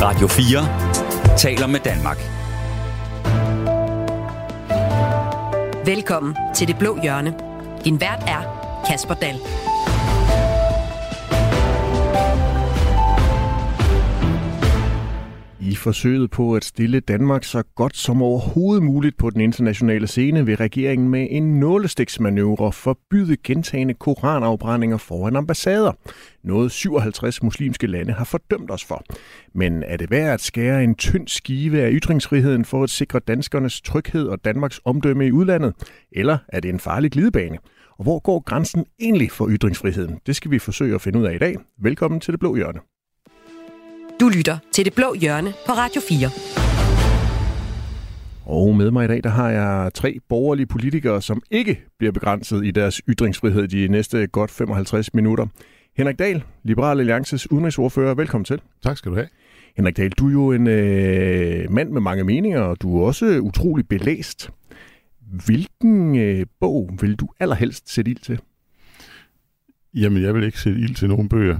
Radio 4 taler med Danmark. Velkommen til Det Blå Hjørne. Din vært er Kasper Dahl. I forsøget på at stille Danmark så godt som overhovedet muligt på den internationale scene vil regeringen med en nålestiksmanøvre forbyde gentagne koranafbrændinger foran ambassader. Noget 57 muslimske lande har fordømt os for. Men er det værd at skære en tynd skive af ytringsfriheden for at sikre danskernes tryghed og Danmarks omdømme i udlandet? Eller er det en farlig glidebane? Og hvor går grænsen egentlig for ytringsfriheden? Det skal vi forsøge at finde ud af i dag. Velkommen til Det Blå Hjørne. Du lytter til Det Blå Hjørne på Radio 4. Og med mig i dag, der har jeg 3 borgerlige politikere, som ikke bliver begrænset i deres ytringsfrihed de næste godt 55 minutter. Henrik Dahl, Liberal Alliances udenrigsordfører. Velkommen til. Tak skal du have. Henrik Dahl, du er jo en mand med mange meninger, og du er også utrolig belæst. Hvilken bog vil du allerhelst sætte ild til? Jamen, jeg vil ikke sætte ild til nogen bøger.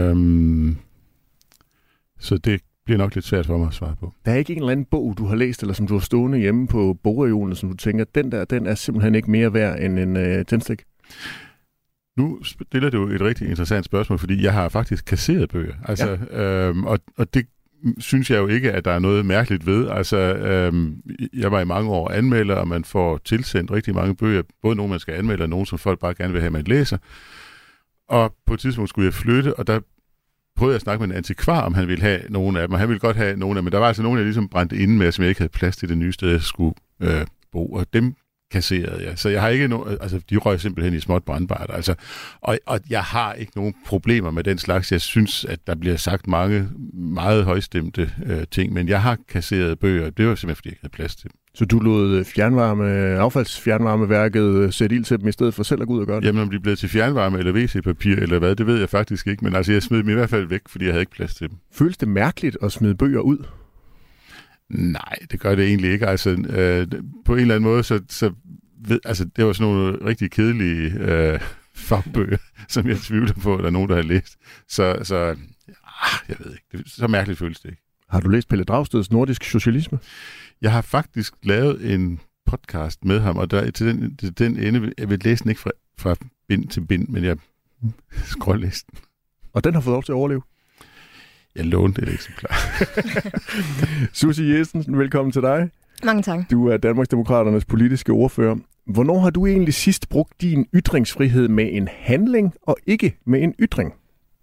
Så det bliver nok lidt svært for mig at svare på. Der er ikke en eller anden bog, du har læst, eller som du har stående hjemme på bogreolen, som du tænker, den er simpelthen ikke mere værd end en tændstik? Nu stiller du et rigtig interessant spørgsmål, fordi jeg har faktisk kasseret bøger. Altså, ja. Og det synes jeg jo ikke, at der er noget mærkeligt ved. Altså, jeg var i mange år anmelder, og man får tilsendt rigtig mange bøger. Både nogle, man skal anmelde, og nogle, som folk bare gerne vil have, man læser. Og på et tidspunkt skulle jeg flytte, og der prøvede jeg at snakke med en antikvar, om han ville have nogle af dem, og han ville godt have nogle af dem, men der var altså nogle, jeg ligesom brændte inde med, som jeg ikke havde plads til det nye sted, jeg skulle bo, og dem kasserede jeg. Så jeg har ikke de røg simpelthen i småt brandbart, altså, og jeg har ikke nogen problemer med den slags. Jeg synes, at der bliver sagt mange meget højstemte ting, men jeg har kasseret bøger, det var simpelthen, fordi jeg ikke havde plads til dem. Så du lod affaldsfjernvarmeværket sætte ild til dem, i stedet for selv at gå ud og gøre det? Jamen, om de blev til fjernvarme eller WC-papir eller hvad, det ved jeg faktisk ikke. Men altså, jeg smed dem i hvert fald væk, fordi jeg havde ikke plads til dem. Føles det mærkeligt at smide bøger ud? Nej, det gør det egentlig ikke. Altså, på en eller anden måde, det var sådan nogle rigtig kedelige fagbøger, som jeg tvivler på, at der er nogen, der har læst. Jeg ved ikke. Så mærkeligt føles det ikke. Har du læst Pelle Dragsteds Nordisk Socialisme? Jeg har faktisk lavet en podcast med ham, og der, til den ende, jeg vil læse den ikke fra bind til bind, men jeg skrålæste den. Og den har fået lov til at overleve? Jeg lånte et eksemplar. Susie Jessen, velkommen til dig. Mange tak. Du er Danmarksdemokraternes politiske ordfører. Hvornår har du egentlig sidst brugt din ytringsfrihed med en handling, og ikke med en ytring?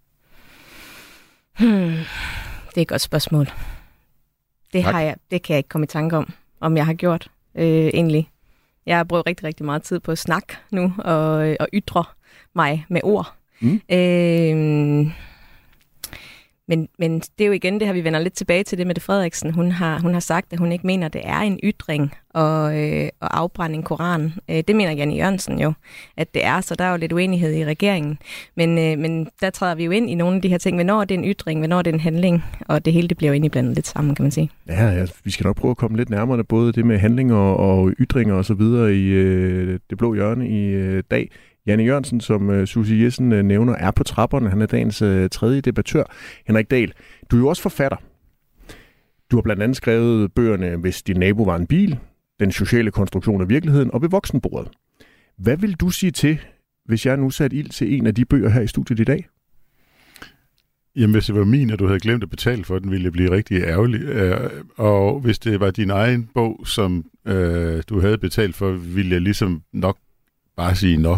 Det er et godt spørgsmål. Det kan jeg ikke komme i tanke om jeg har gjort, egentlig. Jeg har brugt rigtig, rigtig meget tid på at snakke nu, og ytre mig med ord. Men det er jo igen, det har vi vender lidt tilbage til det med Frederiksen. Hun har sagt, at hun ikke mener, at det er en ytring at afbrænde en koran. Det mener Janne Jørgensen jo, at det er, så der er jo lidt uenighed i regeringen. Men der træder vi jo ind i nogle af de her ting. Hvornår er det en ytring, hvornår er det en handling? Og det hele det bliver jo indiblandet lidt sammen, kan man sige. Ja, vi skal nok prøve at komme lidt nærmere, både det med handlinger og ytringer og så videre i Det Blå Hjørne i dag. Janne Jørgensen, som Susie Jessen nævner, er på trapperne. Han er dagens tredje debattør. Henrik Dahl, du er jo også forfatter. Du har blandt andet skrevet bøgerne Hvis din nabo var en bil, Den sociale konstruktion af virkeligheden og Ved voksenbordet. Hvad vil du sige til, hvis jeg nu satte ild til en af de bøger her i studiet i dag? Jamen, hvis det var min, og du havde glemt at betale for den, ville jeg blive rigtig ærgerlig. Og hvis det var din egen bog, som du havde betalt for, ville jeg ligesom nok bare sige nå.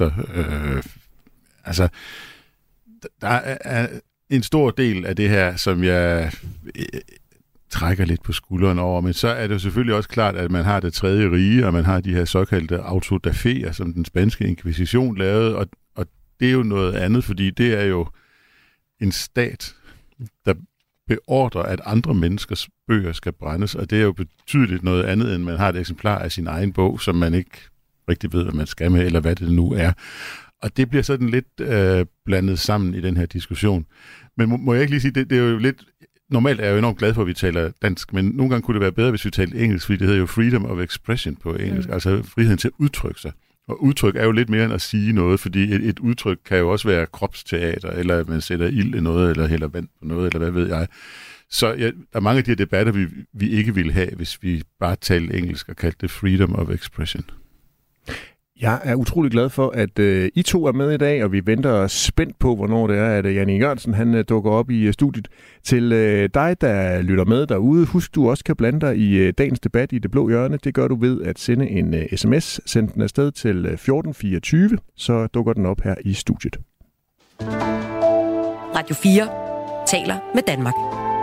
Der er en stor del af det her, som jeg trækker lidt på skulderen over, men så er det jo selvfølgelig også klart, at man har det tredje rige, og man har de her såkaldte autodaféer, som den spanske inkvisition lavede, og det er jo noget andet, fordi det er jo en stat, der beordrer, at andre menneskers bøger skal brændes, og det er jo betydeligt noget andet, end man har et eksemplar af sin egen bog, som man ikke rigtig ved, hvad man skal med, eller hvad det nu er. Og det bliver sådan lidt blandet sammen i den her diskussion. Men må jeg ikke lige sige, det er jo lidt... Normalt er jeg jo enormt glad for, at vi taler dansk, men nogle gange kunne det være bedre, hvis vi talte engelsk, fordi det hedder jo freedom of expression på engelsk, altså friheden til at udtrykke sig. Og udtryk er jo lidt mere end at sige noget, fordi et udtryk kan jo også være kropsteater, eller at man sætter ild i noget, eller hælder vand på noget, eller hvad ved jeg. Så der er mange af de her debatter, vi ikke ville have, hvis vi bare talte engelsk og kaldte det freedom of expression. Jeg er utrolig glad for, at I to er med i dag, og vi venter spændt på, hvornår det er, at Jan E. Jørgensen han dukker op i studiet. Til dig, der lytter med derude, husk, du også kan blande dig i dagens debat i Det Blå Hjørne. Det gør du ved at sende en sms, send den afsted til 1424, så dukker den op her i studiet. Radio 4 taler med Danmark.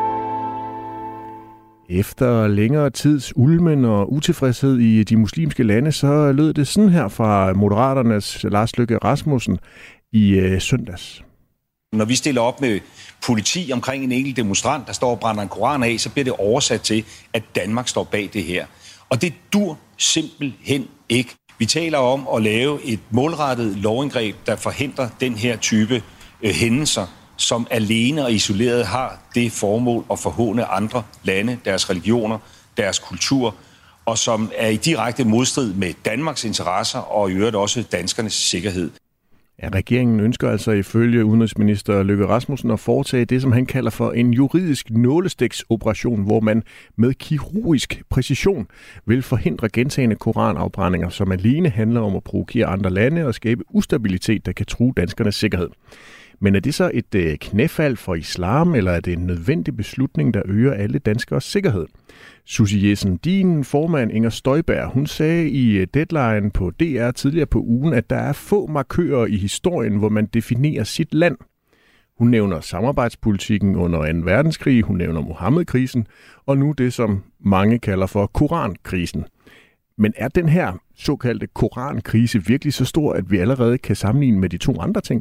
Efter længere tids ulmen og utilfredshed i de muslimske lande, så lød det sådan her fra Moderaternes Lars Løkke Rasmussen i søndags. Når vi stiller op med politi omkring en enkelt demonstrant, der står og brænder en koran af, så bliver det oversat til, at Danmark står bag det her. Og det dur simpelthen ikke. Vi taler om at lave et målrettet lovindgreb, der forhindrer den her type hændelser, som alene og isoleret har det formål at forhåne andre lande, deres religioner, deres kultur, og som er i direkte modstrid med Danmarks interesser og i øvrigt også danskernes sikkerhed. Ja, regeringen ønsker altså ifølge udenrigsminister Løkke Rasmussen at foretage det, som han kalder for en juridisk nålestiksoperation, hvor man med kirurgisk præcision vil forhindre gentagne koranafbrændinger, som alene handler om at provokere andre lande og skabe ustabilitet, der kan true danskernes sikkerhed. Men er det så et knæfald for islam, eller er det en nødvendig beslutning, der øger alle danskeres sikkerhed? Susie Jessen, din formand Inger Støjberg, hun sagde i Deadline på DR tidligere på ugen, at der er få markører i historien, hvor man definerer sit land. Hun nævner samarbejdspolitikken under 2. verdenskrig, hun nævner Mohammed-krisen, og nu det, som mange kalder for Korankrisen. Men er den her såkaldte Korankrise virkelig så stor, at vi allerede kan sammenligne med de to andre ting?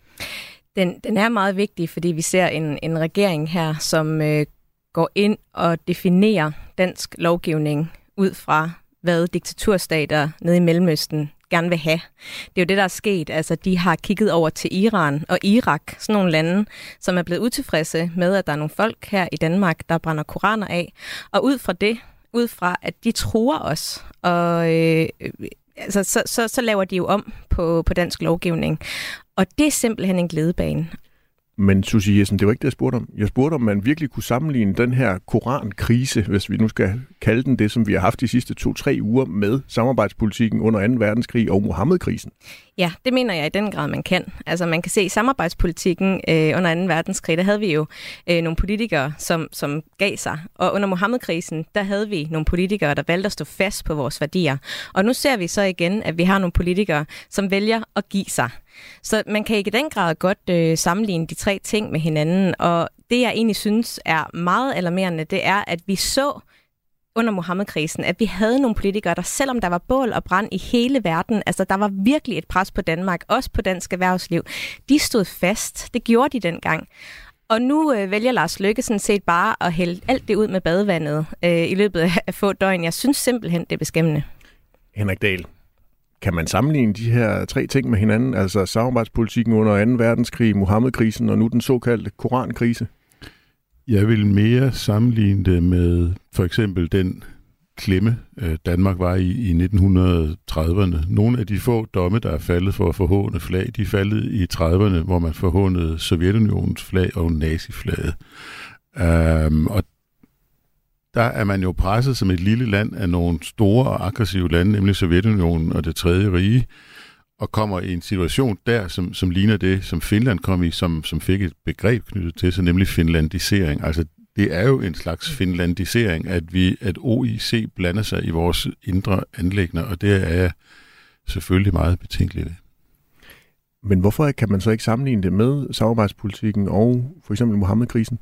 Den er meget vigtig, fordi vi ser en regering her, som går ind og definerer dansk lovgivning ud fra, hvad diktaturstater nede i Mellemøsten gerne vil have. Det er jo det, der er sket. Altså, de har kigget over til Iran og Irak, sådan nogle lande, som er blevet utilfredse med, at der er nogle folk her i Danmark, der brænder koraner af. Og ud fra, at de truer os, og så laver de jo om på dansk lovgivning. Og det er simpelthen en glidebane. Men Susie Jessen, det var ikke det, jeg spurgte om. Jeg spurgte, om man virkelig kunne sammenligne den her korankrise, hvis vi nu skal kalde den det, som vi har haft de sidste 2-3 uger, med samarbejdspolitikken under 2. verdenskrig og Mohammed-krisen. Ja, det mener jeg i den grad, man kan. Altså man kan se i samarbejdspolitikken under 2. verdenskrig, der havde vi jo nogle politikere, som gav sig. Og under Mohammed-krisen, der havde vi nogle politikere, der valgte at stå fast på vores værdier. Og nu ser vi så igen, at vi har nogle politikere, som vælger at give sig. Så man kan ikke i den grad godt sammenligne de 3 ting med hinanden. Og det, jeg egentlig synes er meget alarmerende, det er, at vi så under Mohammed-krisen, at vi havde nogle politikere, der selvom der var bål og brand i hele verden, altså der var virkelig et pres på Danmark, også på dansk erhvervsliv, de stod fast. Det gjorde de dengang. Og nu vælger Lars Løkke sådan set bare at hælde alt det ud med badevandet i løbet af få døgn. Jeg synes simpelthen, det er beskæmmende. Henrik Dahl, kan man sammenligne de her 3 ting med hinanden? Altså samarbejdspolitikken under 2. verdenskrig, Mohammed-krisen og nu den såkaldte Korankrise? Jeg vil mere sammenligne det med for eksempel den klemme, Danmark var i 1930'erne. Nogle af de få domme, der er faldet for at forhåne flag, de er faldet i 30'erne, hvor man forhånede Sovjetunionens flag og naziflaget. Og der er man jo presset som et lille land af nogle store og aggressive lande, nemlig Sovjetunionen og det tredje rige, og kommer i en situation der, som ligner det, som Finland kom i, som fik et begreb knyttet til sig, nemlig finlandisering. Altså, det er jo en slags finlandisering, at OIC blander sig i vores indre anliggender, og det er jeg selvfølgelig meget betænkelig ved. Men hvorfor kan man så ikke sammenligne det med samarbejdspolitikken og for eksempel Mohammed-krisen?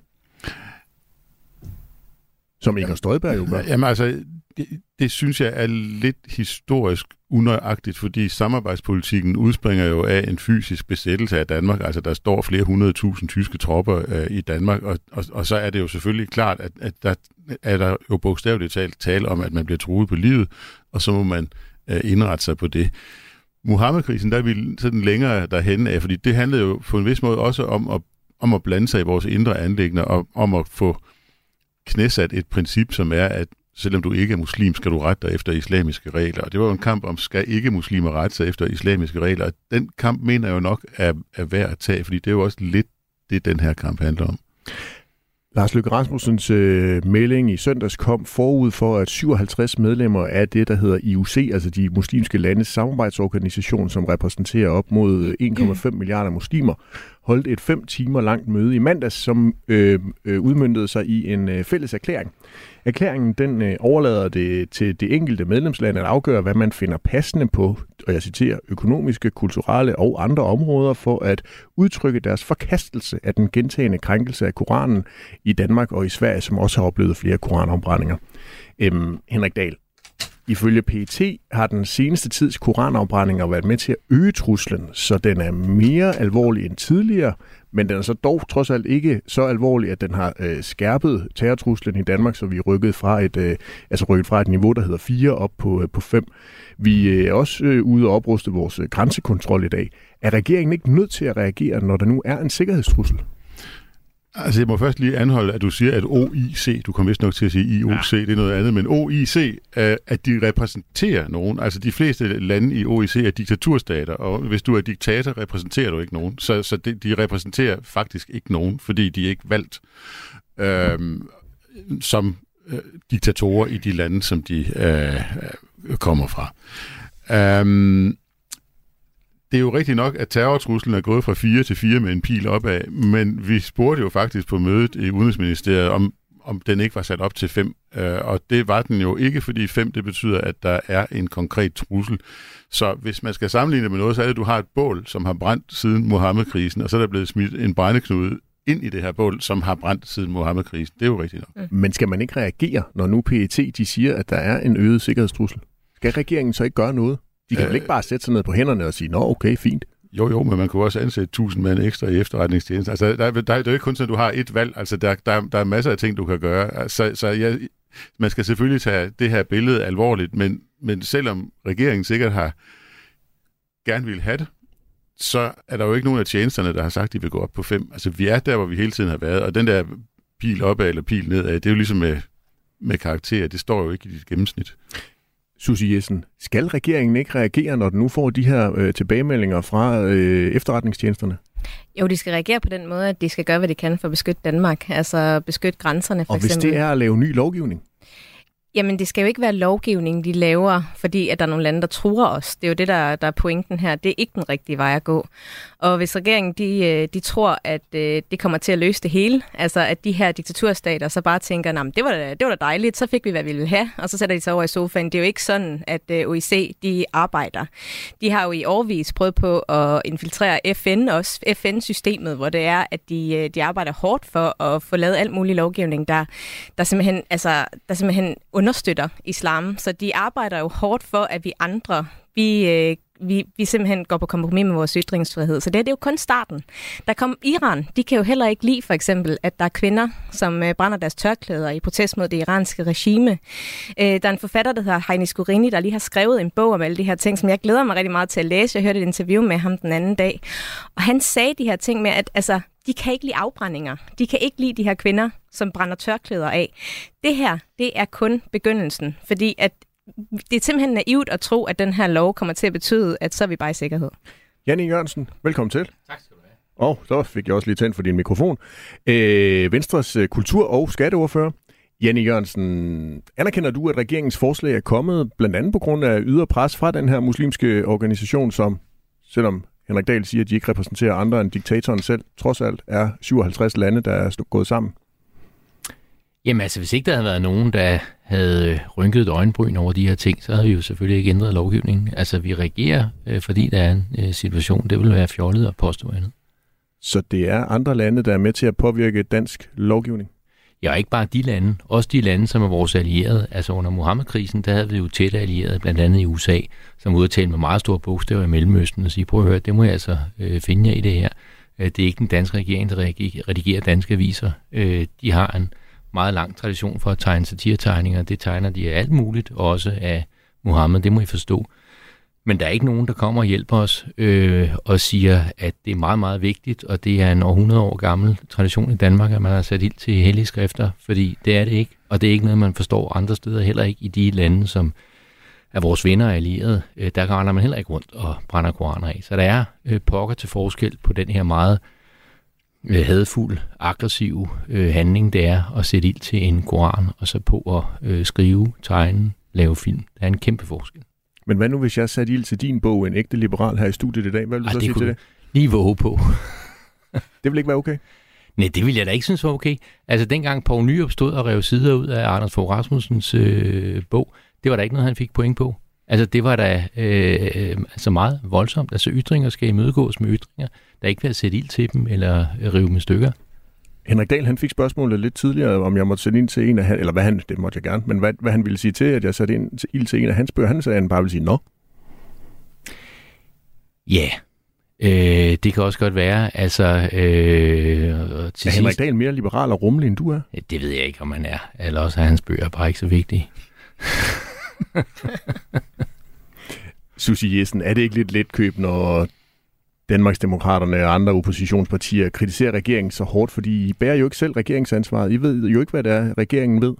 Som Inger Støjberg jo gør. Jamen altså, det synes jeg er lidt historisk unøjagtigt, fordi samarbejdspolitikken udspringer jo af en fysisk besættelse af Danmark. Altså, der står flere 100.000 tyske tropper i Danmark, og så er det jo selvfølgelig klart, at der er der jo bogstaveligt tale om, at man bliver truet på livet, og så må man indrette sig på det. Mohammed-krisen, der er vi sådan længere derhen af, fordi det handlede jo på en vis måde også om at blande sig i vores indre anliggender, og om at få knæsat et princip, som er, at selvom du ikke er muslim, skal du rette dig efter islamiske regler. Og det var jo en kamp om, skal ikke muslimer rette sig efter islamiske regler. Og den kamp mener jeg jo nok er værd at tage, fordi det er jo også lidt det, den her kamp handler om. Lars Løkke Rasmussens melding i søndags kom forud for, at 57 medlemmer af det, der hedder IOC, altså de muslimske landes samarbejdsorganisation, som repræsenterer op mod 1,5 milliarder muslimer, holdt et 5 timer langt møde i mandags, som udmøntede sig i en fælles erklæring. Erklæringen den overlader det til det enkelte medlemsland at afgøre, hvad man finder passende på, og jeg citerer, økonomiske, kulturelle og andre områder for at udtrykke deres forkastelse af den gentagne krænkelse af Koranen i Danmark og i Sverige, som også har oplevet flere koranafbrændinger. Henrik Dahl, ifølge PET har den seneste tids koranafbrændinger været med til at øge truslen, så den er mere alvorlig end tidligere, men den er så dog trods alt ikke så alvorlig, at den har skærpet terrortruslen i Danmark, så vi er rykket fra et niveau, der hedder 4 op på 5. Vi er også ude og opruste vores grænsekontrol i dag. Er regeringen ikke nødt til at reagere, når der nu er en sikkerhedstrussel? Altså, jeg må først lige anholde, at du siger, at OIC, du kommer vist nok til at sige IOC, det er noget andet, men OIC, at de repræsenterer nogen. Altså, de fleste lande i OIC er diktaturstater, og hvis du er diktator, repræsenterer du ikke nogen. Så de repræsenterer faktisk ikke nogen, fordi de er ikke valgt som diktatorer i de lande, som de kommer fra. Det er jo rigtigt nok, at terrortruslen er gået fra 4 til 4 med en pil opad, men vi spurgte jo faktisk på mødet i Udenrigsministeriet, om den ikke var sat op til 5, og det var den jo ikke, fordi 5, det betyder, at der er en konkret trussel. Så hvis man skal sammenligne med noget, så er det, at du har et bål, som har brændt siden Mohammed-krisen, og så er der blevet smidt en brændeknude ind i det her bål, som har brændt siden Mohammed-krisen. Det er jo rigtigt nok. Men skal man ikke reagere, når nu PET de siger, at der er en øget sikkerhedstrussel? Skal regeringen så ikke gøre noget? De kan vel ikke bare sætte sig ned på hænderne og sige, nå okay, fint. Jo, men man kan også ansætte 1000 mand ekstra i efterretningstjenesten. Altså, det er jo ikke kun sådan, at du har et valg. Altså, der er masser af ting, du kan gøre. Man skal selvfølgelig tage det her billede alvorligt, men selvom regeringen sikkert har gerne vil have det, så er der jo ikke nogen af tjenesterne, der har sagt, at de vil gå op på 5. Altså, vi er der, hvor vi hele tiden har været, og den der pil opad eller pil nedad, det er jo ligesom med karakterer. Det står jo ikke i dit gennemsnit. Susie Jessen, skal regeringen ikke reagere, når den nu får de her tilbagemeldinger fra efterretningstjenesterne? Jo, de skal reagere på den måde, at de skal gøre, hvad de kan for at beskytte Danmark. Altså beskytte grænserne, for eksempel. Og hvis det er at lave ny lovgivning? Jamen, det skal jo ikke være lovgivning, de laver, fordi at der er nogle lande, der truer os. Det er jo det, der er pointen her. Det er ikke den rigtige vej at gå. Og hvis regeringen, de tror, at det kommer til at løse det hele, altså at de her diktaturstater så bare tænker, det var da dejligt, så fik vi, hvad vi ville have, og så sætter de sig over i sofaen. Det er jo ikke sådan, at OIC, de arbejder. De har jo i årevis prøvet på at infiltrere FN også, FN-systemet, hvor det er, at de arbejder hårdt for at få lavet alt mulig lovgivning, der simpelthen understøtter islam. Så de arbejder jo hårdt for, at vi andre, vi simpelthen går på kompromis med vores ytringsfrihed. Så det er jo kun starten. Der kom Iran. De kan jo heller ikke lide, for eksempel, at der er kvinder, som brænder deres tørklæder i protest mod det iranske regime. Der er en forfatter, der hedder Heinis Gurini, der lige har skrevet en bog om alle de her ting, som jeg glæder mig rigtig meget til at læse. Jeg hørte et interview med ham den anden dag. Og han sagde de her ting med, at de kan ikke lide afbrændinger. De kan ikke lide de her kvinder, som brænder tørklæder af. Det her, det er kun begyndelsen, fordi at det er simpelthen naivt at tro, at den her lov kommer til at betyde, at så er vi bare i sikkerhed. Janne Jørgensen, velkommen til. Tak skal du have. Og så fik jeg også lige tændt for din mikrofon. Venstres kultur- og skatteordfører. Janne Jørgensen, anerkender du, at regeringens forslag er kommet blandt andet på grund af ydre pres fra den her muslimske organisation, som, selvom Henrik Dahl siger, at de ikke repræsenterer andre end diktatoren selv, trods alt er 57 lande, der er gået sammen? Jamen altså, hvis ikke der havde været nogen, der havde rynket et øjenbryn over de her ting, så havde vi jo selvfølgelig ikke ændret lovgivningen. Altså, vi reagerer, fordi der er en situation. Det vil være fjollet og påstå andet. Så det er andre lande, der er med til at påvirke dansk lovgivning? Ja, ikke bare de lande. Også de lande, som er vores allierede. Altså under Mohammed-krisen, der havde vi jo tætte allierede, blandt andet i USA, som udtalte med meget store bogstaver i Mellemøsten og sige, prøv at høre, det må jeg altså finde jer i det her. Det er ikke den danske regering, der redigerer danske aviser. De har en meget lang tradition for at tegne satiretegninger. Det tegner de af alt muligt, også af Mohammed, det må I forstå. Men der er ikke nogen, der kommer og hjælper os og siger, at det er meget, meget vigtigt, og det er en 100 år gammel tradition i Danmark, at man har sat ild til hellige skrifter, fordi det er det ikke, og det er ikke noget, man forstår andre steder, heller ikke i de lande, som er vores venner og allierede. Der render man heller ikke rundt og brænder koraner af. Så der er pokker til forskel på den her meget hadfuld, aggressiv handling det er at sætte ild til en koran, og så på at skrive, tegne, lave film. Der er en kæmpe forskel. Men hvad nu, hvis jeg satte ild til din bog, En ægte liberal, her i studiet i dag? Hvad vil du så sige til det? Lige våge på. Det vil ikke være okay? Nej, det vil jeg da ikke synes var okay. Altså, dengang Poul Nyrup stod og rev sider ud af Anders Fogh Rasmussens bog, det var der ikke noget, han fik point på. Altså, det var da altså meget voldsomt. Altså, ytringer skal imødegås med ytringer. Der er ikke ved at sætte ild til dem, eller rive dem i stykker. Henrik Dahl, han fik spørgsmålet lidt tidligere, om jeg måtte sætte ind til en af eller hvad han, det måtte jeg gerne, men hvad han ville sige til, at jeg satte ild til en af hans bøger. Han sagde, at han bare ville sige, nå. Ja, det kan også godt være. Altså, er Henrik Dahl mere liberal og rummelig, end du er? Det ved jeg ikke, om han er. Eller også er hans bøger bare ikke så vigtige. Susie Jessen, er det ikke lidt letkøb, når Danmarksdemokraterne og andre oppositionspartier kritiserer regeringen så hårdt, fordi I bærer jo ikke selv regeringsansvaret. I ved jo ikke, hvad det er, regeringen ved.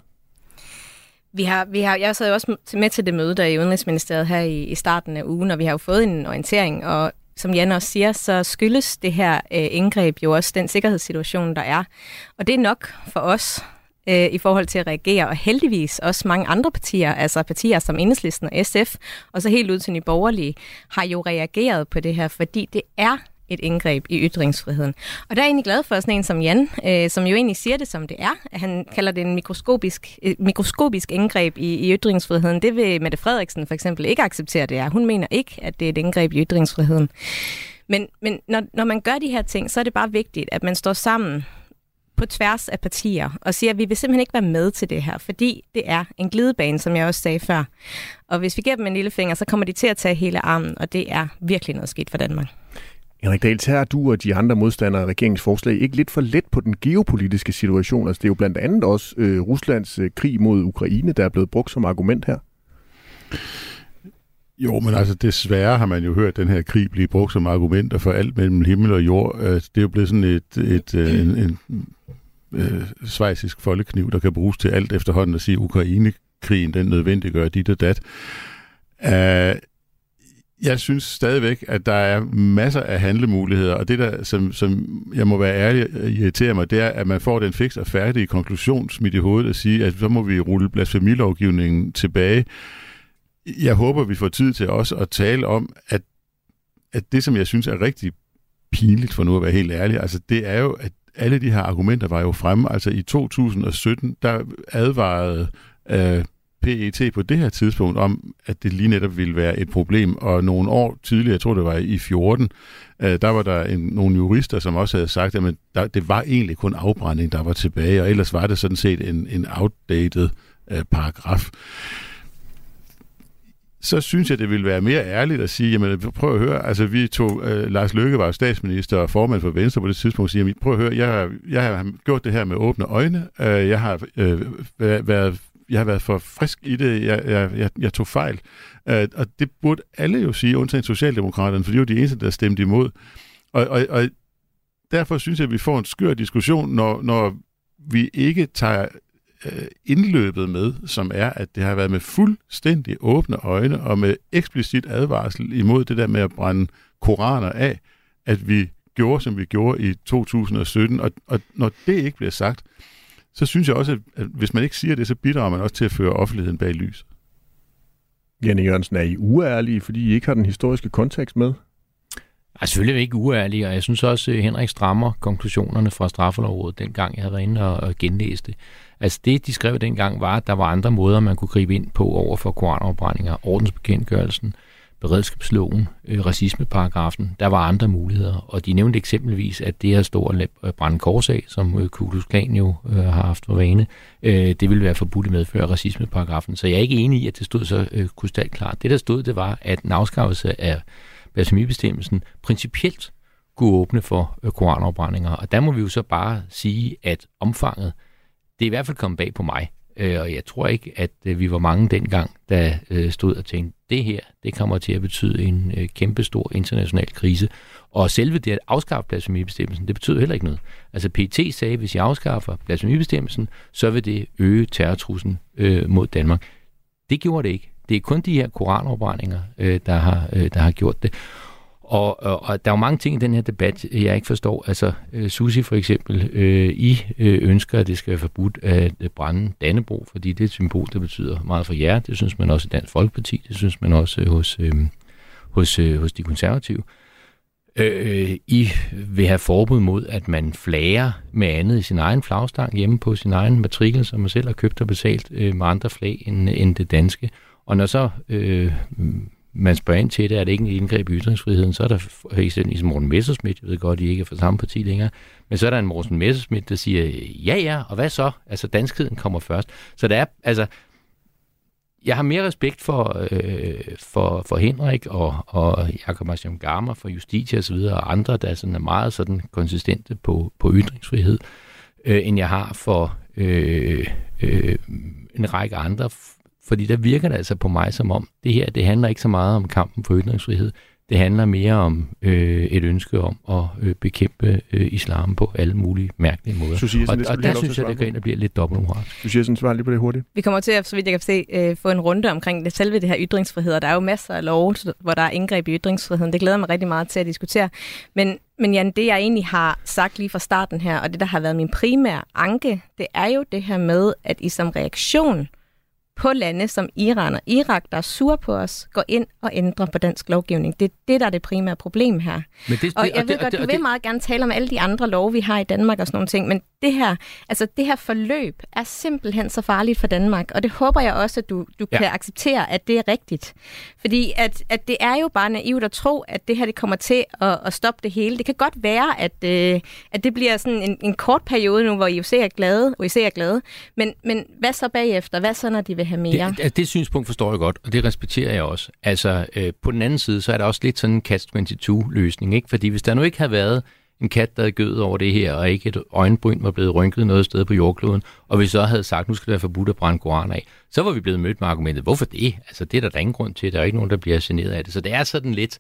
Jeg sad jo også med til det møde der i Udenrigsministeriet her i starten af ugen, og vi har jo fået en orientering, og som Jan også siger, så skyldes det her indgreb jo også den sikkerhedssituation, der er. Og det er nok for os i forhold til at reagere, og heldigvis også mange andre partier, altså partier som Enhedslisten og SF, og så helt ud til Nye Borgerlige, har jo reageret på det her, fordi det er et indgreb i ytringsfriheden. Og der er jeg egentlig glad for sådan en som Jan, som jo egentlig siger det, som det er. Han kalder det en mikroskopisk indgreb i ytringsfriheden. Det vil Mette Frederiksen for eksempel ikke acceptere, det er. Hun mener ikke, at det er et indgreb i ytringsfriheden. Men når man gør de her ting, så er det bare vigtigt, at man står sammen på tværs af partier og siger, at vi vil simpelthen ikke være med til det her, fordi det er en glidebane, som jeg også sagde før. Og hvis vi giver dem en lille finger, så kommer de til at tage hele armen, og det er virkelig noget skidt for Danmark. Henrik Dahl, tager du og de andre modstandere af regeringens forslag ikke lidt for let på den geopolitiske situation? Altså, det er jo blandt andet også Ruslands krig mod Ukraine, der er blevet brugt som argument her. Jo, men altså desværre har man jo hørt den her krig blive brugt som argumenter for alt mellem himmel og jord. Det er jo blevet sådan en schweizisk foldekniv, der kan bruges til alt efterhånden at sige, Ukraine-krigen, den nødvendiggør dit og dat. Jeg synes stadigvæk, at der er masser af handlemuligheder, og det der, som jeg må være ærlig og irritere mig, det er, at man får den fiks og færdige konklusion smidt i hovedet og sige, at så må vi rulle blasfemilovgivningen tilbage. Jeg håber, vi får tid til også at tale om, at det, som jeg synes er rigtig pinligt, for nu at være helt ærlig, altså det er jo, at alle de her argumenter var jo fremme. Altså i 2017, der advarede PET på det her tidspunkt om, at det lige netop ville være et problem. Og nogle år tidligere, jeg tror det var i 14, der var der nogle jurister, som også havde sagt, at det var egentlig kun afbrænding, der var tilbage, og ellers var det sådan set en outdated paragraf. Så synes jeg, det ville være mere ærligt at sige, jamen prøv at høre, altså vi tog, Lars Løkke var statsminister og formand for Venstre på det tidspunkt, og siger, prøv at høre, jeg har gjort det her med åbne øjne, jeg har været for frisk i det, jeg tog fejl, og det burde alle jo sige, undtagen Socialdemokraterne, for det er jo de eneste, der stemte imod, og derfor synes jeg, at vi får en skør diskussion, når vi ikke tager indløbet med, som er, at det har været med fuldstændig åbne øjne og med eksplicit advarsel imod det der med at brænde koraner af, at vi gjorde, som vi gjorde i 2017. Og når det ikke bliver sagt, så synes jeg også, at hvis man ikke siger det, så bidrager man også til at føre offentligheden bag lys. Janne Jørgensen, er I uærlige, fordi I ikke har den historiske kontekst med? Jeg selvfølgelig ikke uærlig, og jeg synes også, at Henrik strammer konklusionerne fra Straffelovrådet, dengang jeg havde været inde og genlæst det. Altså det, de skrev dengang, var, at der var andre måder, man kunne gribe ind på over for koranafbrændinger, ordensbekendtgørelsen, beredskabsloven, racismeparagrafen. Der var andre muligheder, og de nævnte eksempelvis, at det at stå og brænde kors af, som Ku Klux Klan jo har haft for vane, det ville være forbudt i medfør af racismeparagrafen. Så jeg er ikke enig i, at det stod så krystalklart. Det, der stod, det var, at en afskaffelse af blasfemibestemmelsen principielt kunne åbne for koranafbrændinger. Og der må vi jo så bare sige, at omfanget, det er i hvert fald kommet bag på mig. Og jeg tror ikke, at vi var mange dengang, der stod og tænkte, det her, det kommer til at betyde en kæmpestor international krise. Og selve det at afskaffe blasfemibestemmelsen, det betyder heller ikke noget. Altså PET sagde, at hvis jeg afskaffer blasfemibestemmelsen, så vil det øge terrortruslen mod Danmark. Det gjorde det ikke. Det er kun de her koranafbrændinger, der har gjort det. Og der er jo mange ting i den her debat, jeg ikke forstår. Altså, Susie for eksempel, I ønsker, at det skal være forbudt at brænde Dannebrog, fordi det er et symbol, der betyder meget for jer. Det synes man også i Dansk Folkeparti, det synes man også hos de konservative. I vil have forbud mod, at man flager med andet i sin egen flagstang hjemme på sin egen matrikel, som man selv har købt og betalt med andre flag end det danske. Og når så man spørger ind til det, er det ikke en indgreb i ytringsfriheden, så er der eksempelvis Morten Messerschmidt, jeg ved godt, de ikke er fra samme parti længere, men så er der en Morten Messerschmidt, der siger, ja, og hvad så? Altså, danskheden kommer først. Så der er, altså, jeg har mere respekt for Henrik og Jakob Marsham Garma for Justitia og så videre, og andre, der sådan er meget sådan konsistente på ytringsfrihed, end jeg har for en række andre. Fordi der virker det altså på mig som om, det her, det handler ikke så meget om kampen for ytringsfrihed. Det handler mere om et ønske om at bekæmpe islam på alle mulige mærkelige måder. Og der synes jeg, det går ind og bliver lidt dobbeltmoralsk. Du siger sådan svar lige på det hurtigt. Vi kommer til at, så vidt jeg kan se, få en runde omkring selve det her ytringsfrihed, og der er jo masser af love, hvor der er indgreb i ytringsfriheden. Det glæder mig rigtig meget til at diskutere. Men Jan, det jeg egentlig har sagt lige fra starten her, og det der har været min primære anke, det er jo det her med, at I som reaktion på lande som Iran og Irak, der er sure på os, går ind og ændrer på dansk lovgivning. Det er det, der er det primære problem her. Og jeg ved godt, du vil meget gerne tale om alle de andre love, vi har i Danmark og sådan nogle ting, men det her forløb er simpelthen så farligt for Danmark, og det håber jeg også, at du kan acceptere, at det er rigtigt. Fordi at det er jo bare naivt at tro, at det her det kommer til at stoppe det hele. Det kan godt være, at det bliver sådan en kort periode nu, hvor IOC er glade, men hvad så bagefter? Hvad så, når de vil have mere? Det synspunkt forstår jeg godt, og det respekterer jeg også. Altså, på den anden side, så er der også lidt sådan en catch-22-løsning, ikke? Fordi hvis der nu ikke havde været en kat, der havde gødet over det her, og ikke et øjenbryn var blevet rynket noget sted på jordkloden, og vi så havde sagt, nu skal det være forbudt at brænde koraner af, så var vi blevet mødt med argumentet, hvorfor det? Altså, det er der ingen grund til, der er ikke nogen, der bliver generet af det. Så det er sådan lidt,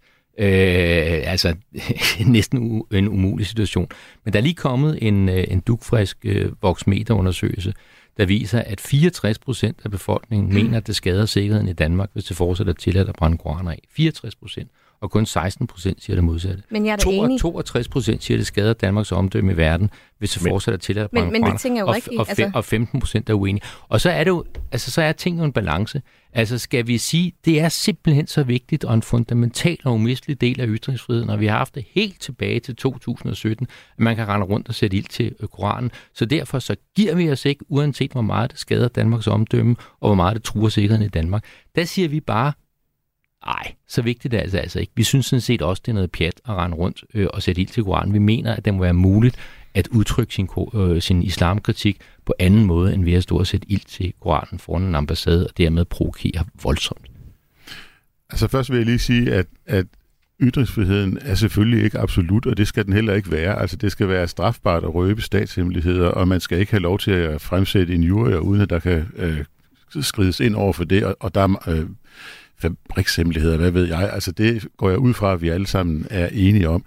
næsten en umulig situation. Men der er lige kommet en dugfrisk Voxmeter-undersøgelse, der viser, at 64% af befolkningen mener, at det skader sikkerheden i Danmark, hvis det fortsætter til at brænde koraner af. 64%. Og kun 16% siger det modsatte. Men jeg er da enig. 62% siger, at det skader Danmarks omdømme i verden, hvis det fortsætter til at brænde koraner. Men det tænker jeg jo rigtigt. Og 15% er uenige. Og så er det jo, altså så er ting jo en balance. Altså skal vi sige, det er simpelthen så vigtigt og en fundamental og umistelig del af ytringsfriheden, og vi har haft det helt tilbage til 2017, at man kan rende rundt og sætte ild til Koranen. Så derfor så giver vi os ikke, uanset hvor meget det skader Danmarks omdømme, og hvor meget det truer sikkerheden i Danmark. Der siger vi bare, nej, så vigtigt er det altså ikke. Vi synes sådan set også, det er noget pjat at rende rundt og sætte ild til Koranen. Vi mener, at det må være muligt at udtrykke sin islamkritik på anden måde, end ved at stå og sætte ild til Koranen foran en ambassade, og dermed provokere voldsomt. Altså først vil jeg lige sige, at ytringsfriheden er selvfølgelig ikke absolut, og det skal den heller ikke være. Altså det skal være strafbart at røbe statshemmeligheder, og man skal ikke have lov til at fremsætte injurier, uden at der kan skrides ind over for det, og der er fabrikshemmeligheder, hvad ved jeg. Altså det går jeg ud fra, at vi alle sammen er enige om.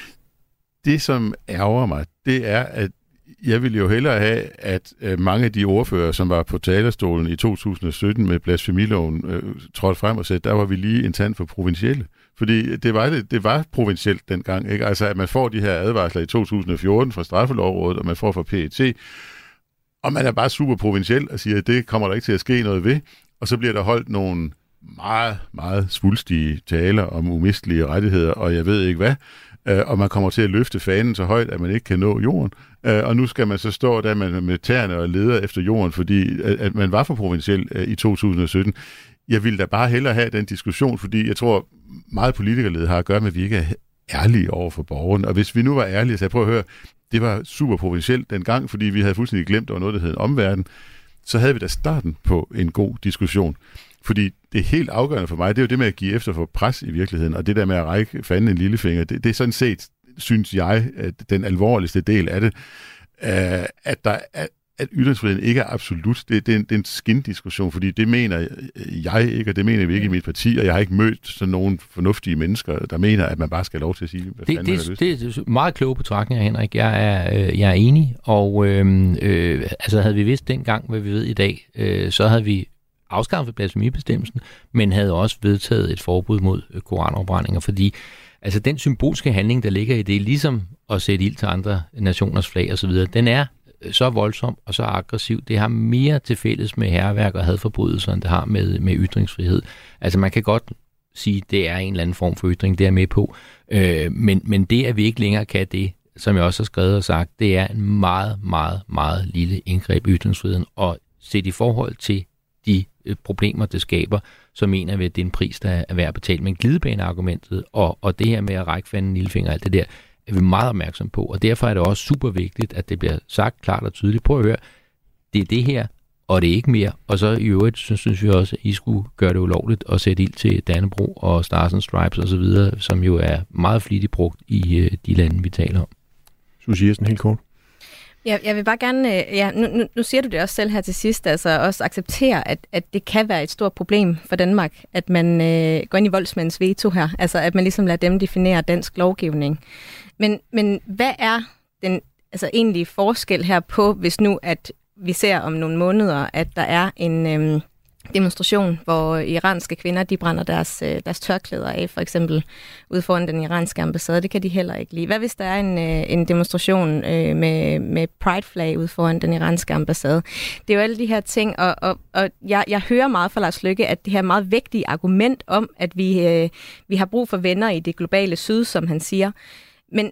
Det, som ærger mig, det er, at jeg ville jo hellere have, at mange af de ordfører, som var på talerstolen i 2017 med blasfemiloven, trådte frem og sagde, der var vi lige en tand for provincielle. Fordi det var provincielt dengang, ikke? Altså, at man får de her advarsler i 2014 fra Straffelovrådet, og man får fra PET, og man er bare super provinciel og siger, at det kommer der ikke til at ske noget ved, og så bliver der holdt nogle meget, meget svulstige taler om umistelige rettigheder, og jeg ved ikke hvad, og man kommer til at løfte fanen så højt, at man ikke kan nå jorden. Og nu skal man så stå der med tæerne og leder efter jorden, fordi at man var for provinciel i 2017. Jeg ville da bare hellere have den diskussion, fordi jeg tror, meget politikerled har at gøre med, at vi ikke er ærlige over for borgerne. Og hvis vi nu var ærlige, så jeg prøver at høre, det var super provincielt dengang, fordi vi havde fuldstændig glemt, der var noget, der hed en omverden, så havde vi da starten på en god diskussion. Fordi det er helt afgørende for mig, det er jo det med at give efter for pres i virkeligheden, og det der med at række fanden en lillefinger, det er sådan set, synes jeg, at den alvorligste del af det, at ytringsfriheden ikke er absolut. Det er en skindiskussion, fordi det mener jeg ikke, og det mener vi ikke i mit parti, og jeg har ikke mødt sådan nogle fornuftige mennesker, der mener, at man bare skal have lov til at sige, hvad fanden man har lyst. Det er meget kloge betragtninger, Henrik. Jeg er enig, og altså havde vi vidst dengang, hvad vi ved i dag, så havde vi afskaffet blasfemibestemmelsen, men havde også vedtaget et forbud mod koranafbrændinger, fordi Altså den symbolske handling, der ligger i det, ligesom at sætte ild til andre nationers flag osv., den er så voldsom og så aggressiv. Det har mere til fælles med hærværk og hadforbrydelser, end det har med ytringsfrihed. Altså man kan godt sige, at det er en eller anden form for ytring, det er jeg med på. Men det, at vi ikke længere kan det, som jeg også har skrevet og sagt, det er en meget, meget, meget lille indgreb i ytringsfriheden. Og set i forhold til de problemer, det skaber, så mener vi, at det er en pris, der er værd at betale. Men glidebaneargumentet og det her med at række fanden en lillefinger og alt det der, er vi meget opmærksom på. Og derfor er det også super vigtigt, at det bliver sagt klart og tydeligt. Prøv at høre, det er det her, og det er ikke mere. Og så i øvrigt, synes vi også, at I skulle gøre det ulovligt og sætte ild til Dannebrog og Stars and Stripes osv., som jo er meget flittigt brugt i de lande, vi taler om. Susie Jessen, helt kort. Ja, jeg vil bare gerne, nu siger du det også selv her til sidst, altså også acceptere, at det kan være et stort problem for Danmark, at man går ind i voldsmænds veto her, altså at man ligesom lader dem definere dansk lovgivning. Men hvad er den egentlige forskel her på, hvis nu at vi ser om nogle måneder, at der er en demonstration, hvor iranske kvinder, de brænder deres tørklæder af, for eksempel ude foran den iranske ambassade. Det kan de heller ikke lide. Hvad hvis der er en demonstration med Pride-flag ude foran den iranske ambassade? Det er jo alle de her ting, og jeg hører meget fra Lars Løkke, at det her meget vigtige argument om, at vi har brug for venner i det globale syd, som han siger. Men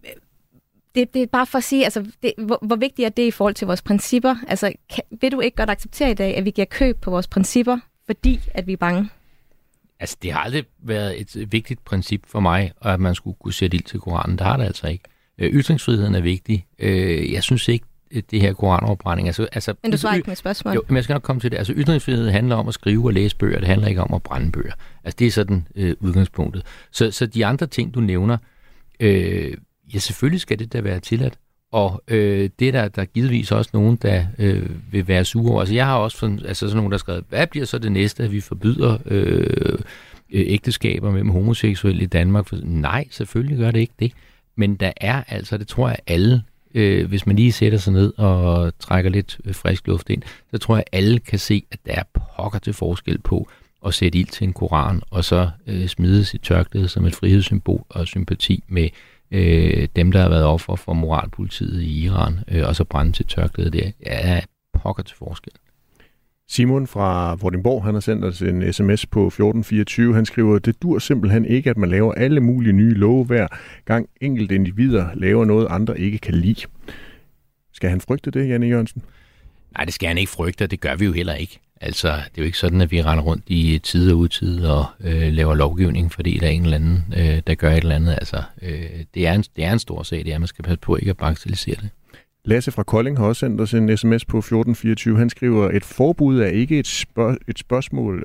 det er bare for at sige, altså, hvor vigtigt er det i forhold til vores principper? Altså, vil du ikke godt acceptere i dag, at vi giver køb på vores principper, fordi at vi er bange? Altså, det har aldrig været et vigtigt princip for mig, at man skulle kunne sætte ild til Koranen. Det har det altså ikke. Ytringsfriheden er vigtig. Jeg synes ikke, det her koranafbrænding. Altså, men du svarer ikke med spørgsmål. Jo, men jeg skal nok komme til det. Altså, ytringsfrihed handler om at skrive og læse bøger. Det handler ikke om at brænde bøger. Altså, det er sådan udgangspunktet. Så de andre ting, du nævner, ja, selvfølgelig skal det da være tilladt. Og det er der givetvis også nogen, der vil være sure over. Altså, jeg har også sådan nogen, der har skrevet, hvad bliver så det næste, at vi forbyder ægteskaber mellem homoseksuelle i Danmark? Nej, selvfølgelig gør det ikke det. Men der er altså, det tror jeg alle, hvis man lige sætter sig ned og trækker lidt frisk luft ind, så tror jeg alle kan se, at der er pokker til forskel på at sætte ild til en koran, og så smide sit tørklæde som et frihedssymbol og sympati med dem, der har været offer for moralpolitiet i Iran, og så brænde til tørklæde der, er pokker til forskel. Simon fra Vordingborg, han har sendt os en sms på 1424. Han skriver, det dur simpelthen ikke, at man laver alle mulige nye love hver gang enkelte individer laver noget, andre ikke kan lide. Skal han frygte det, Janne Jørgensen? Nej, det skal han ikke frygte, og det gør vi jo heller ikke. Altså, det er jo ikke sådan, at vi render rundt i tid og utid og laver lovgivning, fordi der er en eller anden, der gør et eller andet. Altså, det er en stor sag, det er, man skal passe på ikke at bagatellisere det. Lasse fra Kolding har også sendt os en sms på 1424. Han skriver, et forbud er ikke et spørgsmål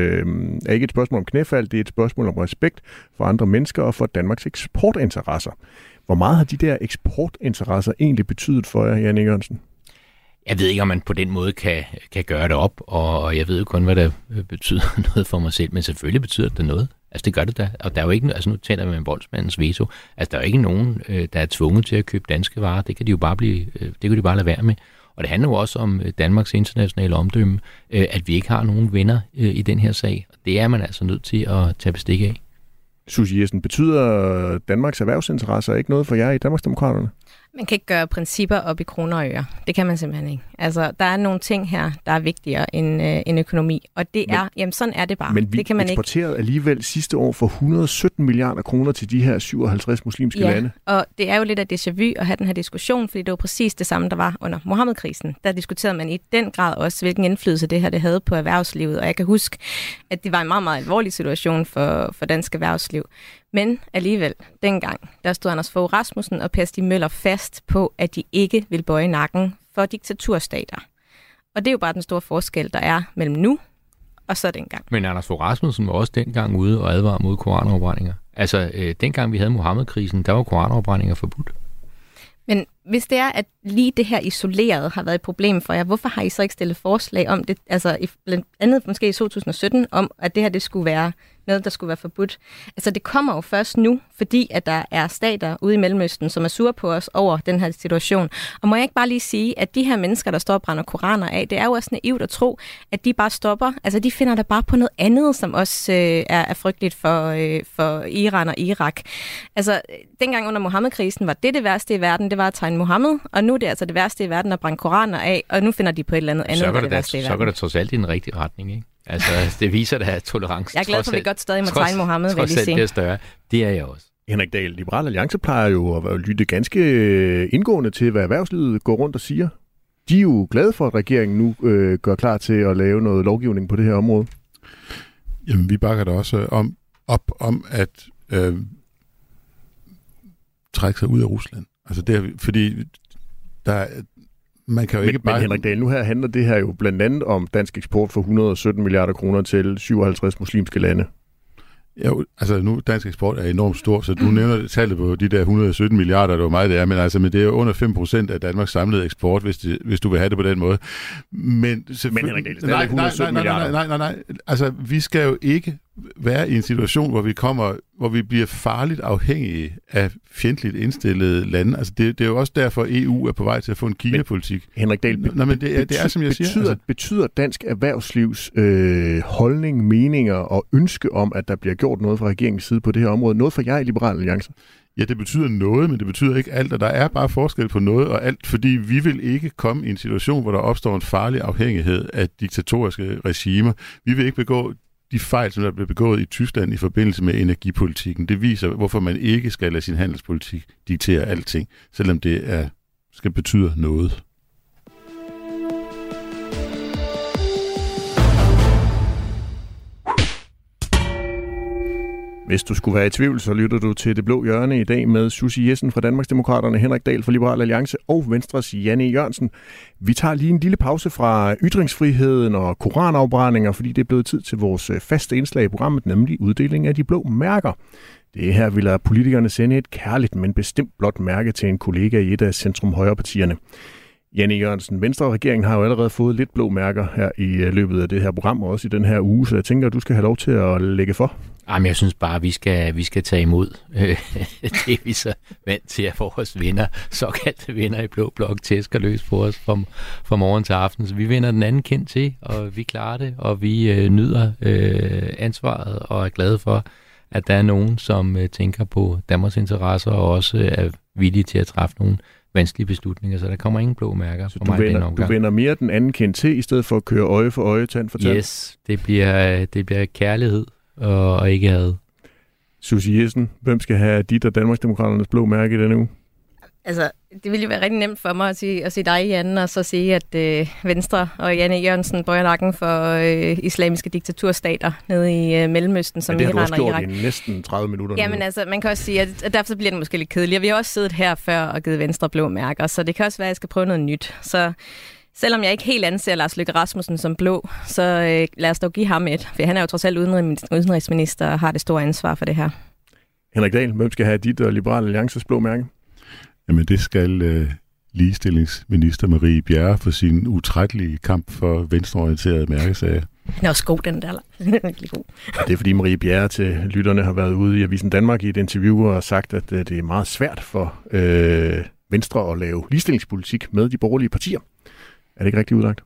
om knæfald, det er et spørgsmål om respekt for andre mennesker og for Danmarks eksportinteresser. Hvor meget har de der eksportinteresser egentlig betydet for jer, Janne Jørgensen? Jeg ved ikke, om man på den måde kan gøre det op, og jeg ved jo kun, hvad der betyder noget for mig selv, men selvfølgelig betyder det noget. Altså, det gør det da. Og der er jo ikke, altså nu taler vi med voldsmandens veto. Altså, der er jo ikke nogen, der er tvunget til at købe danske varer. Det kan de jo bare lade være med. Og det handler jo også om Danmarks internationale omdømme, at vi ikke har nogen venner i den her sag. Og det er man altså nødt til at tage bestik af. Susie Jessen, betyder Danmarks erhvervsinteresser ikke noget for jer i Danmarksdemokraterne? Man kan ikke gøre principper op i kroner og øre. Det kan man simpelthen ikke. Altså, der er nogle ting her, der er vigtigere end økonomi. Og det er, jamen sådan er det bare. Men vi det kan man eksporterede ikke alligevel sidste år for 117 milliarder kroner til de her 57 muslimske lande. Og det er jo lidt af déjà vu at have den her diskussion, fordi det var præcis det samme, der var under Mohammed-krisen. Der diskuterede man i den grad også, hvilken indflydelse det her det havde på erhvervslivet. Og jeg kan huske, at det var en meget, meget alvorlig situation for dansk erhvervsliv. Men alligevel, dengang, der stod Anders Fogh Rasmussen og Per Stig Møller fast på, at de ikke vil bøje nakken for diktaturstater. Og det er jo bare den store forskel, der er mellem nu og så dengang. Men Anders Fogh Rasmussen var også dengang ude og advare mod koranafbrændinger. Altså, dengang vi havde Mohammed-krisen, der var koranafbrændinger forbudt. hvis det er, at lige det her isoleret har været et problem for jer, hvorfor har I så ikke stillet forslag om det, altså blandt andet måske i 2017, om at det her det skulle være noget, der skulle være forbudt? Altså det kommer jo først nu, fordi at der er stater ude i Mellemøsten, som er sure på os over den her situation. Og må jeg ikke bare lige sige, at de her mennesker, der står og brænder koraner af, det er jo også naivt at tro, at de bare stopper. Altså de finder der bare på noget andet, som også er frygteligt for Iran og Irak. Altså dengang under Mohammed-krisen var det værste i verden, det var at tegne Mohammed, og nu er det altså det værste i verden at brænde koraner af, og nu finder de på et eller andet, der er det værste i verden. Så går det trods alt i den rigtige retning, ikke? Altså, det viser, at tolerancen jeg er glad for, at vi godt stadig må tegne Mohammed, vil jeg lige sige. Det er større. Det er jeg også. Henrik Dahl, Liberal Alliance plejer jo at lytte ganske indgående til, hvad erhvervslivet går rundt og siger. De er jo glade for, at regeringen nu gør klar til at lave noget lovgivning på det her område. Jamen, vi bakker da også op om at trække sig ud af Rusland. Altså, det er, fordi man kan jo ikke bare... Men Henrik Dahl, nu her handler det her jo blandt andet om dansk eksport for 117 milliarder kroner til 57 muslimske lande. Ja, altså nu dansk eksport er enormt stor, så du nævner tallet på de der 117 milliarder, det var meget det er, men det er jo under 5% af Danmarks samlede eksport, hvis du vil have det på den måde. Men Henrik Dahl, det er 117 milliarder. Nej. Altså, vi skal jo ikke være i en situation, hvor vi bliver farligt afhængige af fjendtligt indstillede lande. Altså, det er jo også derfor, EU er på vej til at få en Kina-politik. Henrik Dahl, det er, som jeg siger. Betyder dansk erhvervslivs holdning, meninger og ønske om, at der bliver gjort noget fra regeringens side på det her område, noget for jer i Liberal Alliance? Ja, det betyder noget, men det betyder ikke alt, og der er bare forskel på noget og alt, fordi vi vil ikke komme i en situation, hvor der opstår en farlig afhængighed af diktatoriske regimer. Vi vil ikke begå de fejl, som der blev begået i Tyskland i forbindelse med energipolitikken. Det viser, hvorfor man ikke skal lade sin handelspolitik diktere alting, selvom det skal betyde noget. Hvis du skulle være i tvivl, så lytter du til Det Blå Hjørne i dag med Susie Jessen fra Danmarksdemokraterne, Henrik Dahl fra Liberal Alliance og Venstres Jan E. Jørgensen. Vi tager lige en lille pause fra ytringsfriheden og koranafbrændinger, fordi det er blevet tid til vores faste indslag i programmet, nemlig uddeling af de blå mærker. Det er her, vi lader politikerne sende et kærligt, men bestemt blåt mærke til en kollega i et af centrum-højre-partierne. Jan E. Jørgensen, Venstre-regeringen har jo allerede fået lidt blå mærker her i løbet af det her program, og også i den her uge, så jeg tænker, at du skal have lov til at lægge for. Jamen, jeg synes bare, at vi skal tage imod. Det er vi så vant til, at vores vinder, såkaldte vinder i blå blok, tæsker løs på os fra morgen til aften. Så vi vinder den anden kendt til, og vi klarer det, og vi nyder ansvaret og er glade for, at der er nogen, som tænker på Danmarks interesser og også er villige til at træffe nogle vanskelige beslutninger, så der kommer ingen blå mærker for mig den omgang. Du vender mere den anden kendt til, i stedet for at køre øje for øje, tand for tand? Yes, det bliver kærlighed og ikke had. Susie Jessen, hvem skal have dit og Danmarksdemokraternes blå mærke i denne uge? Altså, det ville jo være rigtig nemt for mig at sige dig, Jan, og så sige, at Venstre og Jan E. Jørgensen bøjer nakken for islamiske diktaturstater nede i Mellemøsten, som Iran og Irak. Det har du også gjort i næsten 30 minutter. Jamen altså, man kan også sige, at derfor bliver det måske lidt kedeligt. Vi har også siddet her før og givet Venstre blå mærker, så det kan også være, at jeg skal prøve noget nyt. Så selvom jeg ikke helt anser Lars Løkke Rasmussen som blå, så lad os dog give ham et, for han er jo trods alt udenrigsminister og har det store ansvar for det her. Henrik Dahl, hvem skal have dit og Liberal Alliances blå mærke? Jamen det skal ligestillingsminister Marie Bjerre for sin utrættelige kamp for venstreorienterede mærkesager. Den er også god, den der. Den er virkelig god. Det er fordi Marie Bjerre til lytterne har været ude i Avisen Danmark i et interview og sagt, at det er meget svært for Venstre at lave ligestillingspolitik med de borgerlige partier. Er det ikke rigtigt udlagt?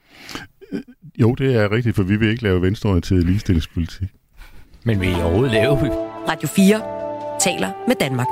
Jo, det er rigtigt, for vi vil ikke lave venstreorienteret ligestillingspolitik. Men vil I overhovedet lave? Radio 4 taler med Danmark.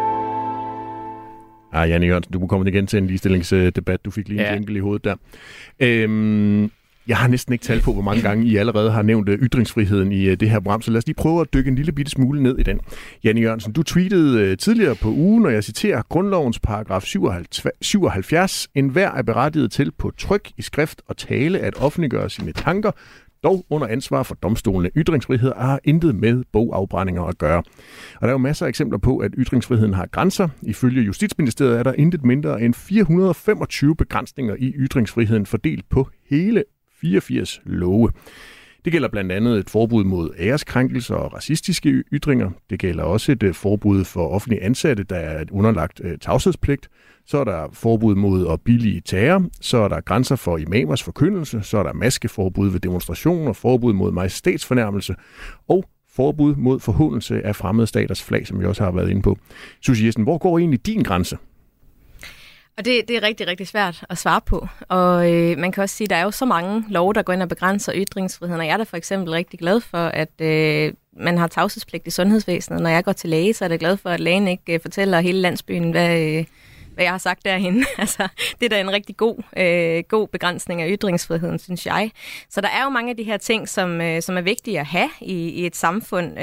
Jan E. Jørgensen, du kunne komme igen til en ligestillingsdebat. Du fik lige en jingle i hovedet der. Jeg har næsten ikke talt på, hvor mange gange I allerede har nævnt ytringsfriheden i det her program, så lad os lige prøve at dykke en lille bitte smule ned i den. Jan E. Jørgensen, du tweetede tidligere på ugen, og jeg citerer, grundlovens paragraf 77, enhver er berettiget til på tryk, i skrift og tale at offentliggøre sine tanker, dog under ansvar for domstolene. Ytringsfrihed har intet med bogafbrændinger at gøre. Og der er jo masser af eksempler på, at ytringsfriheden har grænser. Ifølge Justitsministeriet er der intet mindre end 425 begrænsninger i ytringsfriheden fordelt på hele 84 love. Det gælder blandt andet et forbud mod æreskrænkelser og racistiske ytringer. Det gælder også et forbud for offentlige ansatte, der er underlagt tavshedspligt. Så er der forbud mod at billige terror. Så er der grænser for imamers forkyndelse. Så er der maskeforbud ved demonstrationer, forbud mod majestætsfornærmelse og forbud mod forhåndelse af fremmede staters flag, som vi også har været inde på. Susie Jessen, hvor går egentlig din grænse? Og det er rigtig, rigtig svært at svare på. Og man kan også sige, at der er jo så mange love, der går ind og begrænser ytringsfriheden. Og jeg er da for eksempel rigtig glad for, at man har tavshedspligt i sundhedsvæsenet. Når jeg går til læge, så er jeg glad for, at lægen ikke fortæller hele landsbyen, hvad jeg har sagt derhen. Altså, det er da en rigtig god begrænsning af ytringsfriheden, synes jeg. Så der er jo mange af de her ting, som er vigtige at have i et samfund.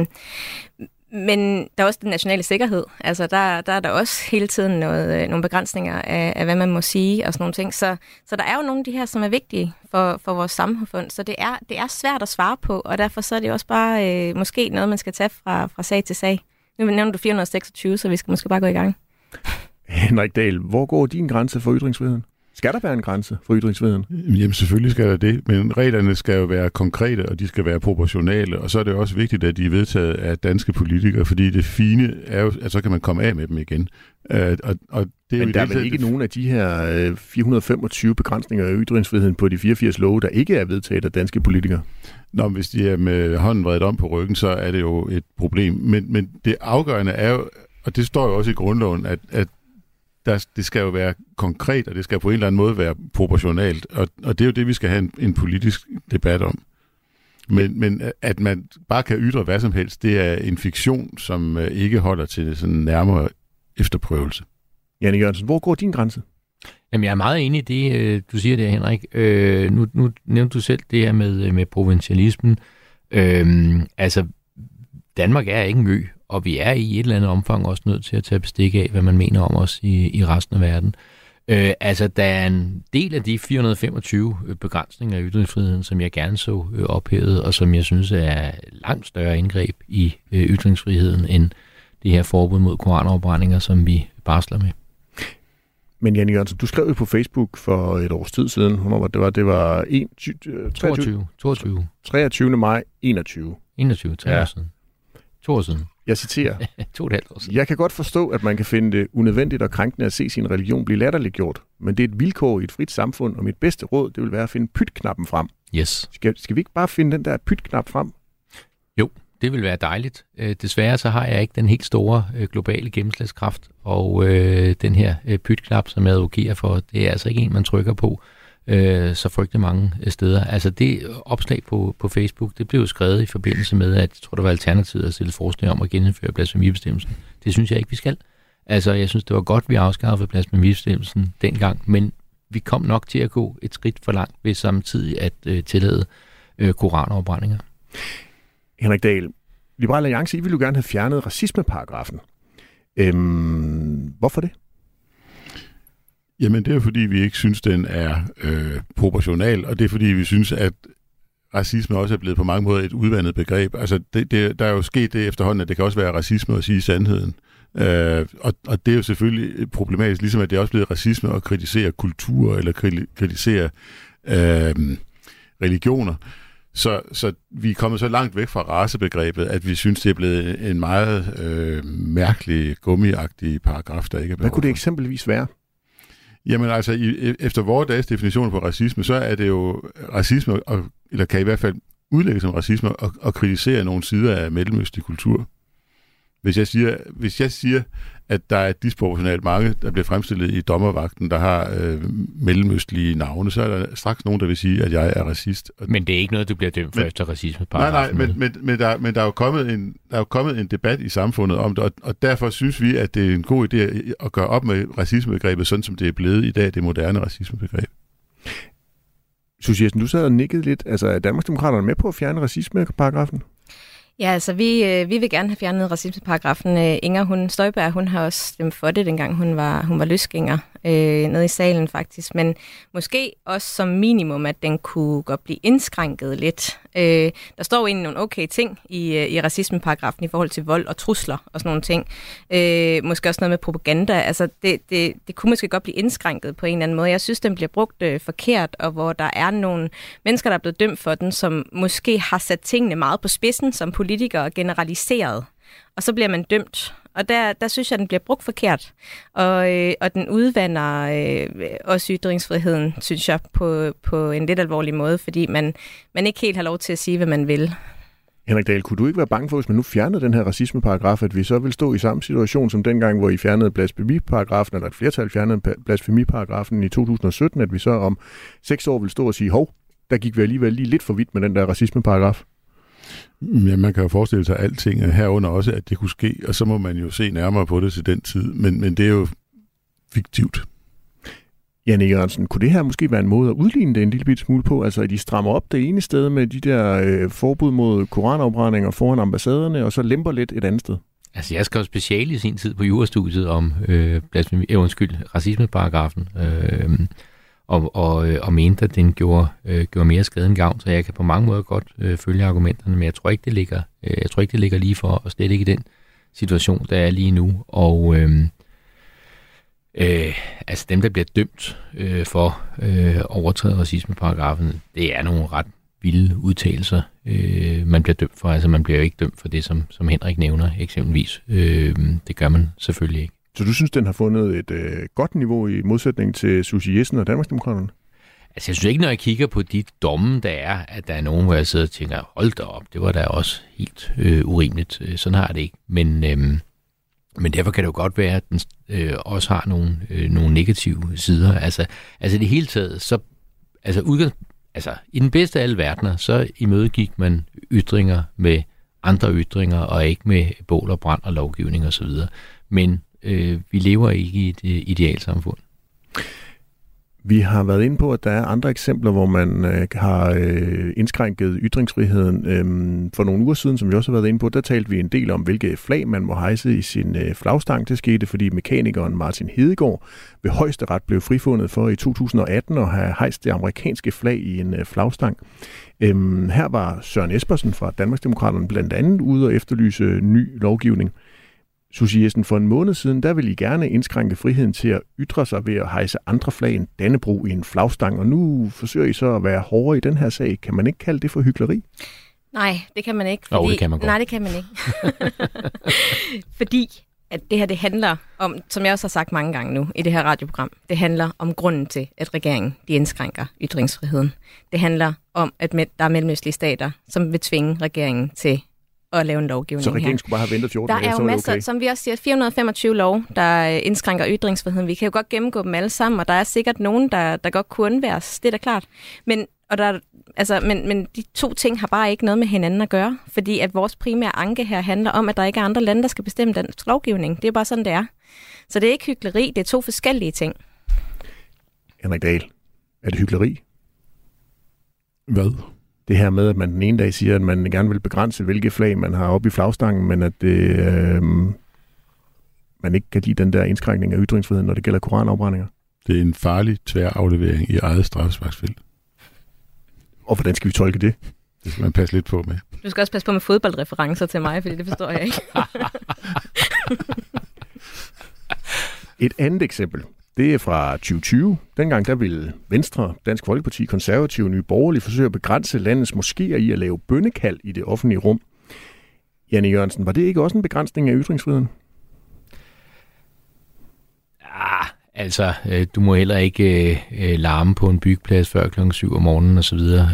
Men der er også den nationale sikkerhed. Altså, der er der også hele tiden nogle begrænsninger af, hvad man må sige og sådan nogle ting. Så der er jo nogle af de her, som er vigtige for vores samfund. Så det er svært at svare på, og derfor så er det også bare måske noget, man skal tage fra sag til sag. Nu nævner du 426, så vi skal måske bare gå i gang. Henrik Dahl, hvor går din grænse for ytringsfriheden? Skal der være en grænse for ytringsfriheden? Jamen selvfølgelig skal der det, men reglerne skal jo være konkrete, og de skal være proportionale, og så er det også vigtigt, at de er vedtaget af danske politikere, fordi det fine er jo, at så kan man komme af med dem igen. Og det er men der er vel ikke nogen af de her 425 begrænsninger af ytringsfriheden på de 84 love, der ikke er vedtaget af danske politikere? Nå, hvis de er med hånden vredet om på ryggen, så er det jo et problem. Men det afgørende er jo, og det står jo også i grundloven, at det skal jo være konkret, og det skal på en eller anden måde være proportionalt. Og det er jo det, vi skal have en politisk debat om. Men at man bare kan ytre hvad som helst, det er en fiktion, som ikke holder til sådan nærmere efterprøvelse. Janne Jørgensen, hvor går din grænse? Jamen, jeg er meget enig i det, du siger der, Henrik. Nu nævnte du selv det her med provincialismen. Altså, Danmark er ikke en ø, og vi er i et eller andet omfang også nødt til at tage bestik af, hvad man mener om os i resten af verden. Altså, der er en del af de 425 begrænsninger af ytringsfriheden, som jeg gerne så ophævet, og som jeg synes er langt større indgreb i ytringsfriheden, end det her forbud mod koranafbrændinger, som vi barsler med. Men Janne Jørgensen, du skrev jo på Facebook for et års tid siden, det var 23. maj 21. 3 år siden. 2 år siden. Jeg citerer. 2,5 år siden. Jeg kan godt forstå, at man kan finde det unødvendigt og krænkende at se sin religion blive latterliggjort, men det er et vilkår i et frit samfund, og mit bedste råd, det vil være at finde pytknappen frem. Yes. Skal vi ikke bare finde den der pytknap frem? Jo, det vil være dejligt. Desværre så har jeg ikke den helt store globale gennemslagskraft, og den her pytknap, som jeg advokerer for, det er altså ikke en, man trykker på så frygtelig mange steder. Altså det opslag på Facebook, det blev jo skrevet i forbindelse med, at jeg tror, der var alternativet at stille forslag om at genindføre blasfemibestemmelsen. Det synes jeg ikke, vi skal. Altså jeg synes, det var godt, vi afskaffede blasfemibestemmelsen dengang, men vi kom nok til at gå et skridt for langt ved samtidig at tillade koranafbrændinger. Henrik Dahl, Liberal Alliance, I ville jo gerne have fjernet racismeparagrafen. Hvorfor det? Jamen, det er fordi, vi ikke synes, den er proportional, og det er fordi, vi synes, at racisme også er blevet på mange måder et udvandet begreb. Altså, der er jo sket det efterhånden, at det kan også være racisme at sige sandheden. Og det er jo selvfølgelig problematisk, ligesom at det er også blevet racisme at kritisere kultur eller kritisere religioner. Så vi er kommet så langt væk fra racebegrebet, at vi synes, det er blevet en meget mærkelig, gummiagtig paragraf, der ikke er behov for. Hvad kunne det eksempelvis være? Jamen altså, efter vores dages definition på racisme, så er det jo racisme, eller kan i hvert fald udlægges som racisme, og kritisere nogle sider af mellemøstlig kultur. Hvis jeg siger, at der er disproportionalt mange, der bliver fremstillet i dommervagten, der har mellemøstlige navne, så er der straks nogen, der vil sige, at jeg er racist. Men det er ikke noget, du bliver dømt for efter racismeparagrafen? Nej, men der er jo kommet en debat i samfundet om det, og derfor synes vi, at det er en god idé at gøre op med racismebegrebet, sådan som det er blevet i dag, det moderne racismebegreb. Susie Jessen, du sad og nikkede lidt. Altså, er Danmarksdemokraterne med på at fjerne racismeparagrafen? Ja, altså vi vil gerne have fjernet racismeparagrafen. Inger Støjberg, hun har også stemt for det, dengang hun var løsgænger. nede i salen faktisk, men måske også som minimum, at den kunne godt blive indskrænket lidt. Der står jo egentlig nogle okay ting i racismeparagrafen i forhold til vold og trusler og sådan nogle ting. Måske også noget med propaganda. Altså, det kunne måske godt blive indskrænket på en eller anden måde. Jeg synes, den bliver brugt forkert, og hvor der er nogle mennesker, der er blevet dømt for den, som måske har sat tingene meget på spidsen som politikere generaliseret. Og så bliver man dømt. Og der synes jeg, den bliver brugt forkert. Og den udvander også ytringsfriheden, synes jeg, på en lidt alvorlig måde, fordi man ikke helt har lov til at sige, hvad man vil. Henrik Dahl, kunne du ikke være bange for, hvis man nu fjernede den her racismeparagraf, at vi så vil stå i samme situation som dengang, hvor I fjernede blasfemiparagrafen, eller et flertal fjernede blasfemiparagrafen i 2017, at vi så om 6 år vil stå og sige, hov, der gik vi alligevel lige lidt for vidt med den der racismeparagraf? Ja, man kan jo forestille sig alting herunder også, at det kunne ske, og så må man jo se nærmere på det til den tid, men det er jo fiktivt. Jan E. Jørgensen, kunne det her måske være en måde at udligne det en lille bitte smule på? Altså, at de strammer op det ene sted med de der forbud mod koranafbrændinger foran ambassaderne, og så lemper lidt et andet sted? Altså, jeg skrev speciale i sin tid på jurastudiet om racismeparagrafen, og mente, at den gjorde mere skade end gavn, så jeg kan på mange måder godt følge argumenterne, men jeg tror ikke, det ligger lige for, og slet ikke i den situation, der er lige nu. Og altså dem, der bliver dømt for overtræde racismeparagrafen, det er nogle ret vilde udtalelser, man bliver dømt for. Altså man bliver jo ikke dømt for det, som Henrik nævner eksempelvis. Det gør man selvfølgelig ikke. Så du synes, den har fundet et godt niveau i modsætning til Susie Jessen og Danmarksdemokraterne? Altså jeg synes ikke, når jeg kigger på de domme, der er, at der er nogen, hvor jeg sidder og tænker, hold da op, det var da også helt urimeligt. Sådan har det ikke. Men derfor kan det jo godt være, at den også har nogle negative sider. Altså i det hele taget, så i den bedste af alle verdener, så imødegik man ytringer med andre ytringer, og ikke med bål og brand og lovgivning osv. Men vi lever ikke i et idealsamfund. Vi har været inde på, at der er andre eksempler, hvor man har indskrænket ytringsfriheden. For nogle uger siden, som vi også har været inde på, der talte vi en del om, hvilke flag man må hejse i sin flagstang. Det skete, fordi mekanikeren Martin Hedegaard ved højesteret blev frifundet for i 2018 at have hejst det amerikanske flag i en flagstang. Her var Søren Espersen fra Danmarksdemokraterne blandt andet ude og efterlyse ny lovgivning. Susie Jessen, for en måned siden, der vil I gerne indskrænke friheden til at ytre sig ved at hejse andre flag end Dannebrog i en flagstang, og nu forsøger I så at være hårdere i den her sag. Kan man ikke kalde det for hykleri? Nej, det kan man ikke. Det kan man godt. Nej, det kan man ikke. Fordi at det her, det handler om, som jeg også har sagt mange gange nu i det her radioprogram, det handler om grunden til, at regeringen de indskrænker ytringsfriheden. Det handler om, at der er mellemøstlige stater, som vil tvinge regeringen til at lave en lovgivning. Så regeringen skulle bare have ventet 14 dage, Der er jo masser, okay. som vi også siger, 425 lov, der indskrænker ytringsfriheden. Vi kan jo godt gennemgå dem alle sammen, og der er sikkert nogen, der godt kunne undværes. Det er da klart. Men de to ting har bare ikke noget med hinanden at gøre, fordi at vores primære anke her handler om, at der ikke er andre lande, der skal bestemme dansk lovgivning. Det er bare sådan, det er. Så det er ikke hykleri, det er to forskellige ting. Henrik Dahl, er det hykleri? Hvad? Det her med, at man den ene dag siger, at man gerne vil begrænse, hvilke flag man har oppe i flagstangen, men at man ikke kan lide den der indskrænkning af ytringsfriheden, når det gælder koranafbrændinger. Det er en farlig tværaflevering i eget straffesparksfelt. Og hvordan skal vi tolke det? Det skal man passe lidt på med. Du skal også passe på med fodboldreferencer til mig, fordi det forstår jeg ikke. Et andet eksempel, det er fra 2020. Dengang der ville Venstre, Dansk Folkeparti, Konservative og Nye Borgerlige forsøge at begrænse landets moskéer i at lave bønnekald i det offentlige rum. Jan E. Jørgensen, var det ikke også en begrænsning af ytringsfriheden? Altså, du må heller ikke larme på en byggeplads før klokken 7 om morgenen og så videre.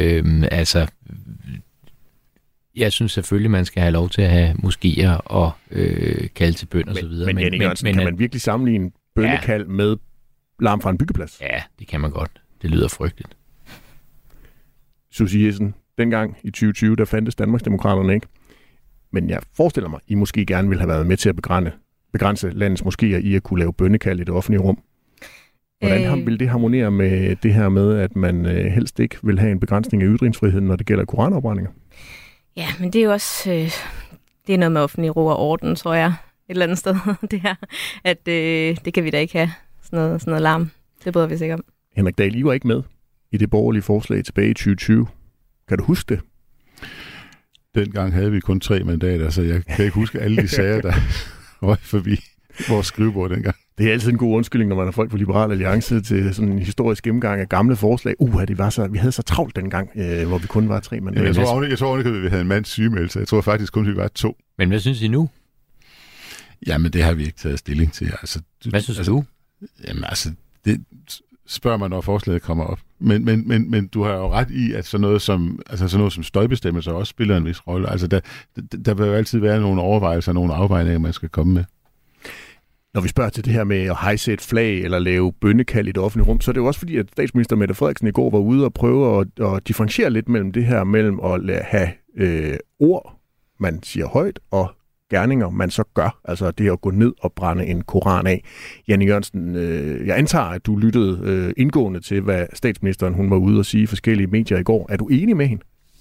Jeg synes selvfølgelig, man skal have lov til at have moskéer og kalde til bøn og så videre. Men Jan E. Jørgensen, kan man virkelig sammenligne bønnekald med larm fra en byggeplads? Ja, det kan man godt. Det lyder frygteligt. Susie Jessen, dengang i 2020, der fandtes Danmarksdemokraterne ikke. Men jeg forestiller mig, I måske gerne ville have været med til at begrænse landets moskéer i at kunne lave bønnekald i det offentlige rum. Hvordan vil det harmonere med det her med, at man helst ikke vil have en begrænsning af ytringsfriheden, når det gælder koranafbrændinger? Ja, men det er jo også det er noget med offentlig ro og orden, tror jeg, et eller andet sted, det her. At det kan vi da ikke have. sådan noget larm. Det bryder vi sikkert om. Henrik Dahl, I var ikke med i det borgerlige forslag tilbage i 2020. Kan du huske det? Dengang havde vi kun 3 mandater, så jeg kan ikke huske alle de sager, der røg forbi vores skrivebord dengang. Det er altid en god undskyldning, når man har folk fra Liberal Alliance til sådan en historisk gennemgang af gamle forslag. Vi havde så travlt dengang, hvor vi kun var 3 mandater. Jeg tror ikke, at vi havde en mands sygemeldelse. Jeg tror faktisk kun, vi var 2. Men hvad synes I nu? Jamen, det har vi ikke taget stilling til. Altså, hvad synes du? Jamen, altså, det spørger man, når forslaget kommer op. Men du har jo ret i, at sådan noget som støjbestemmelser også spiller en vis rolle. Altså, der vil jo altid være nogle overvejelser og nogle afvejninger, man skal komme med. Når vi spørger til det her med at hejse et flag eller lave bønnekald i det offentlige rum, så er det jo også fordi, at statsminister Mette Frederiksen i går var ude og prøve at differentiere lidt mellem det her, mellem at have ord, man siger højt, og gerninger, man så gør. Altså det at gå ned og brænde en koran af. Janne Jørgensen, jeg antager, at du lyttede indgående til, hvad statsministeren hun var ude og sige i forskellige medier i går. Er du enig med hende?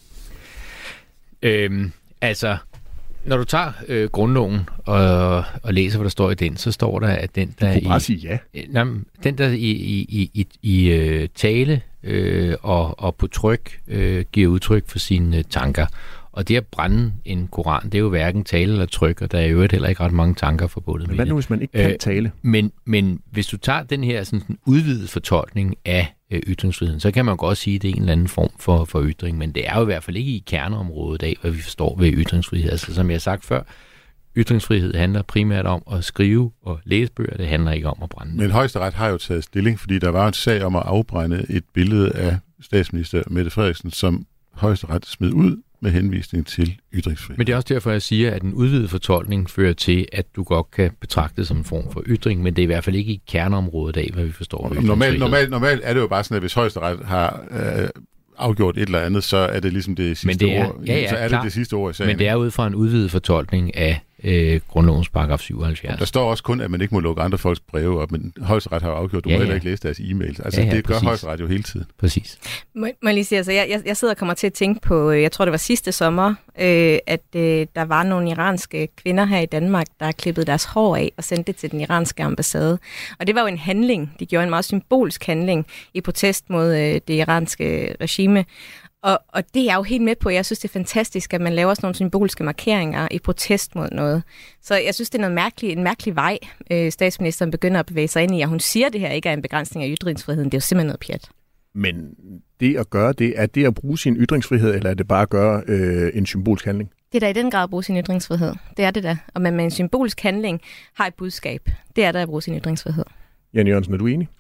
Altså, når du tager grundloven og læser, hvad der står i den, så står der, at den, der du kunne bare sige ja. Den, der i tale og på tryk giver udtryk for sine tanker. Og det at brænde en koran, det er jo hverken tale eller tryk, og der er jo heller ikke ret mange tanker forbundet med det. Hvad nu, hvis man ikke kan tale? Men hvis du tager den her sådan udvidede fortolkning af ytringsfriheden, så kan man godt sige, at det er en eller anden form for ytring, men det er jo i hvert fald ikke i kerneområdet af, hvad vi forstår ved ytringsfrihed. Altså som jeg har sagt før, ytringsfrihed handler primært om at skrive og læse bøger, det handler ikke om at brænde. Men Højesteret har jo taget stilling, fordi der var en sag om at afbrænde et billede af statsminister Mette Frederiksen, som Højesteret smed ud med henvisning til ytringsfrihed. Men det er også derfor, jeg siger, at en udvidet fortolkning fører til, at du godt kan betragte det som en form for ytring, men det er i hvert fald ikke i kerneområdet af, hvad vi forstår. Normalt er det jo bare sådan, at hvis Højesteret har afgjort et eller andet, så er det ligesom det sidste ord. Ja, så er det sidste ord i sagen. Men det er ud fra en udvidet fortolkning af grundlovens paragraf 77. Der står også kun, at man ikke må lukke andre folks breve op, men Højesteret har jo afgjort, du må heller ikke læse deres e-mails. Altså det gør Højesteret jo hele tiden. Præcis. Må jeg lige sige, altså jeg sidder og kommer til at tænke på, jeg tror det var sidste sommer, at der var nogle iranske kvinder her i Danmark, der klippede deres hår af og sendte det til den iranske ambassade. Og det var jo en handling, de gjorde en meget symbolsk handling i protest mod det iranske regime. Og det er jeg jo helt med på. Jeg synes, det er fantastisk, at man laver sådan nogle symbolske markeringer i protest mod noget. Så jeg synes, det er en mærkelig vej, statsministeren begynder at bevæge sig ind i, og hun siger, at det her ikke er en begrænsning af ytringsfriheden. Det er jo simpelthen noget pjat. Men det at gøre det, er det at bruge sin ytringsfrihed, eller er det bare at gøre en symbolsk handling? Det er da i den grad at bruge sin ytringsfrihed. Det er det da. Og man med en symbolsk handling har et budskab. Det er da at bruge sin ytringsfrihed. Janne Jørgensen, er du enig?